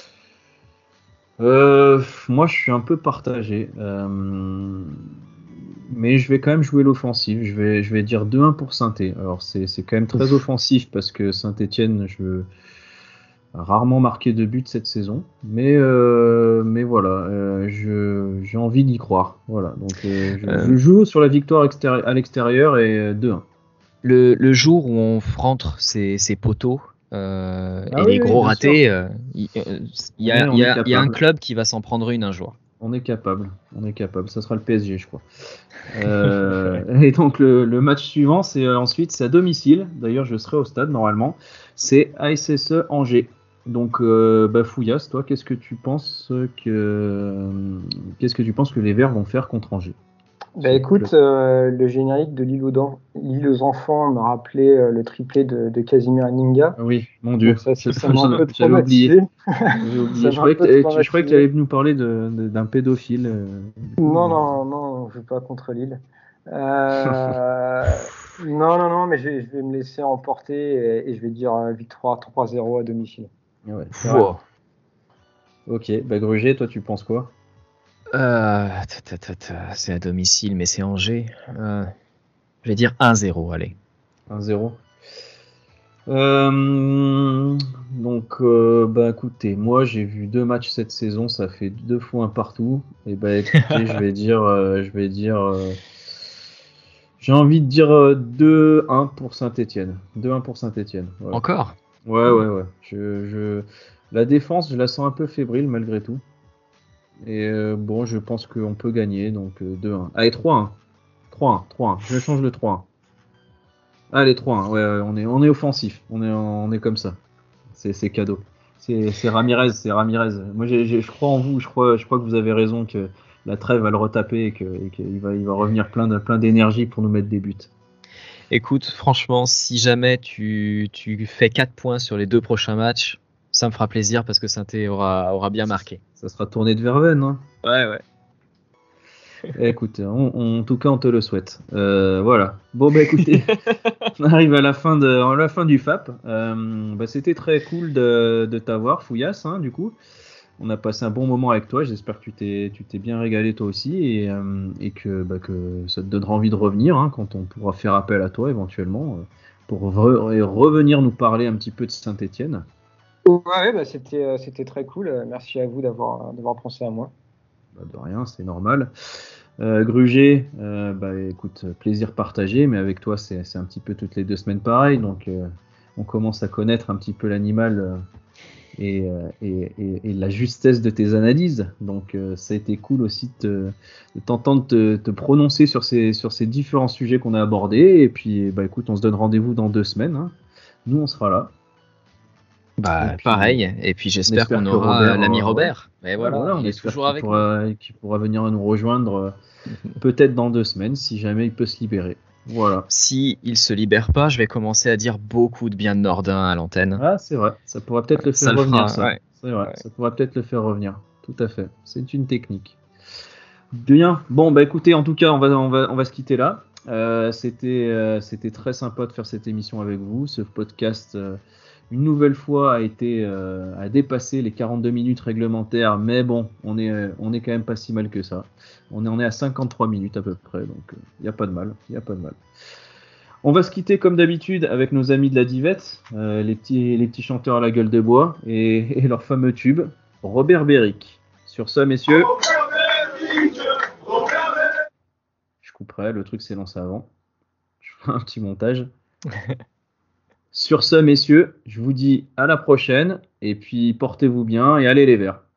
Euh, moi, je suis un peu partagé. Euh, mais je vais quand même jouer l'offensive. Je vais, je vais dire deux un pour Saint-Étienne. Alors, c'est, c'est quand même très offensif parce que Saint-Étienne, je a rarement marqué de but cette saison. Mais, euh, mais voilà, euh, je, j'ai envie d'y croire. Voilà. Donc, euh, je, euh... je joue sur la victoire extérie- à l'extérieur et deux un. Le, le jour où on rentre ces, ces poteaux euh, ah et oui, les gros oui, ratés, il euh, y, euh, y, a, y, a, y a un club qui va s'en prendre une un jour. On est capable, on est capable. Ça sera le P S G, je crois. Euh, et donc le, le match suivant, c'est euh, ensuite c'est à domicile. D'ailleurs, je serai au stade normalement. C'est A S S E Angers. Donc, euh, bah, Fouillas, toi, qu'est-ce que tu penses que euh, qu'est-ce que tu penses que les Verts vont faire contre Angers? Bah écoute, euh, le générique de l'île aux, l'île aux enfants m'a rappelé euh, le triplé de, de Casimir Ninga. Ah oui, mon Dieu, ça, ça, ça, ça m'a un peu j'avais oublié. J'avais oublié. je croyais que tu allais nous parler de, de, d'un pédophile. Euh, non, non, non, je ne joue pas contre Lille. Euh, non, non, non, mais je, je vais me laisser emporter et, et je vais dire euh, victoire trois zéro à domicile. Ouais, wow. Ok, bah Gruget, toi tu penses quoi? Euh, ta, ta, ta, c'est à domicile, mais c'est Angers. Euh, je vais dire un zéro, allez. un zéro. Euh, donc, euh, bah écoutez, moi j'ai vu deux matchs cette saison, ça fait deux fois un partout. Et bah écoutez, je vais dire, euh, je vais dire, euh, j'ai envie de dire euh, deux un pour Saint-Étienne. deux un pour Saint-Étienne. Voilà. Encore? Ouais, ouais, ouais. Je, je, la défense, je la sens un peu fébrile malgré tout. Et euh, bon, je pense qu'on peut gagner, donc euh, deux un. Allez, trois un. trois un, trois un. Je change le trois un. Allez, trois un. Ouais, ouais, on est, on est offensif. On est, on est comme ça. C'est, c'est cadeau. C'est, c'est Ramirez, c'est Ramirez. Moi, j'ai, j'ai, je crois en vous. Je crois, je crois que vous avez raison que la trêve va le retaper et, que, et qu'il va, il va revenir plein, de, plein d'énergie pour nous mettre des buts. Écoute, franchement, si jamais tu, tu fais quatre points sur les deux prochains matchs, ça me fera plaisir parce que Saint-Étienne aura, aura bien marqué. Ça sera tourné de verveine, hein. Ouais, ouais. Écoute, on, on, en tout cas, on te le souhaite. Euh, voilà. Bon, bah écoutez, on arrive à la fin, de, à la fin du F A P. Euh, bah, c'était très cool de, de t'avoir, Fouillas, hein, du coup. On a passé un bon moment avec toi. J'espère que tu t'es, tu t'es bien régalé toi aussi et, euh, et que, bah, que ça te donnera envie de revenir hein, quand on pourra faire appel à toi éventuellement euh, pour re- revenir nous parler un petit peu de Saint-Étienne. Ouais, bah c'était, c'était très cool. Merci à vous d'avoir, d'avoir pensé à moi. Bah de rien, c'est normal. Euh, Gruget, euh, bah écoute, plaisir partagé, mais avec toi c'est, c'est un petit peu toutes les deux semaines pareil, donc euh, on commence à connaître un petit peu l'animal euh, et, euh, et, et, et la justesse de tes analyses. Donc euh, ça a été cool aussi de, te, de t'entendre te, te prononcer sur ces, sur ces différents sujets qu'on a abordés. Et puis bah écoute, on se donne rendez-vous dans deux semaines. Hein. Nous on sera là. Bah, et puis, pareil, et puis j'espère qu'on aura Robert, l'ami Robert. Et voilà, voilà, on est toujours avec pourra, nous. Qui pourra venir nous rejoindre peut-être dans deux semaines si jamais il peut se libérer. Voilà. Si il se libère pas, je vais commencer à dire beaucoup de bien de Nordin à l'antenne. Ah, c'est vrai, ça pourra peut-être le faire ça revenir. Le fera, ça. Ouais. C'est vrai, ouais. Ça pourra peut-être le faire revenir. Tout à fait. C'est une technique. Bien. Bon, bah écoutez, en tout cas, on va, on va, on va se quitter là. Euh, c'était, euh, c'était très sympa de faire cette émission avec vous. Ce podcast. Euh, Une nouvelle fois a été euh, a dépassé les quarante-deux minutes réglementaires, mais bon, on est on est quand même pas si mal que ça. On est on est à cinquante-trois minutes à peu près, donc il euh, y a pas de mal, il y a pas de mal. On va se quitter comme d'habitude avec nos amis de la Divette, euh, les petits les petits chanteurs à la gueule de bois et, et leur fameux tube Robert Béric. Sur ça, messieurs, je couperai, le truc s'est lancé avant. Je ferai un petit montage. Sur ce, messieurs, je vous dis à la prochaine, et puis portez-vous bien et allez les Verts.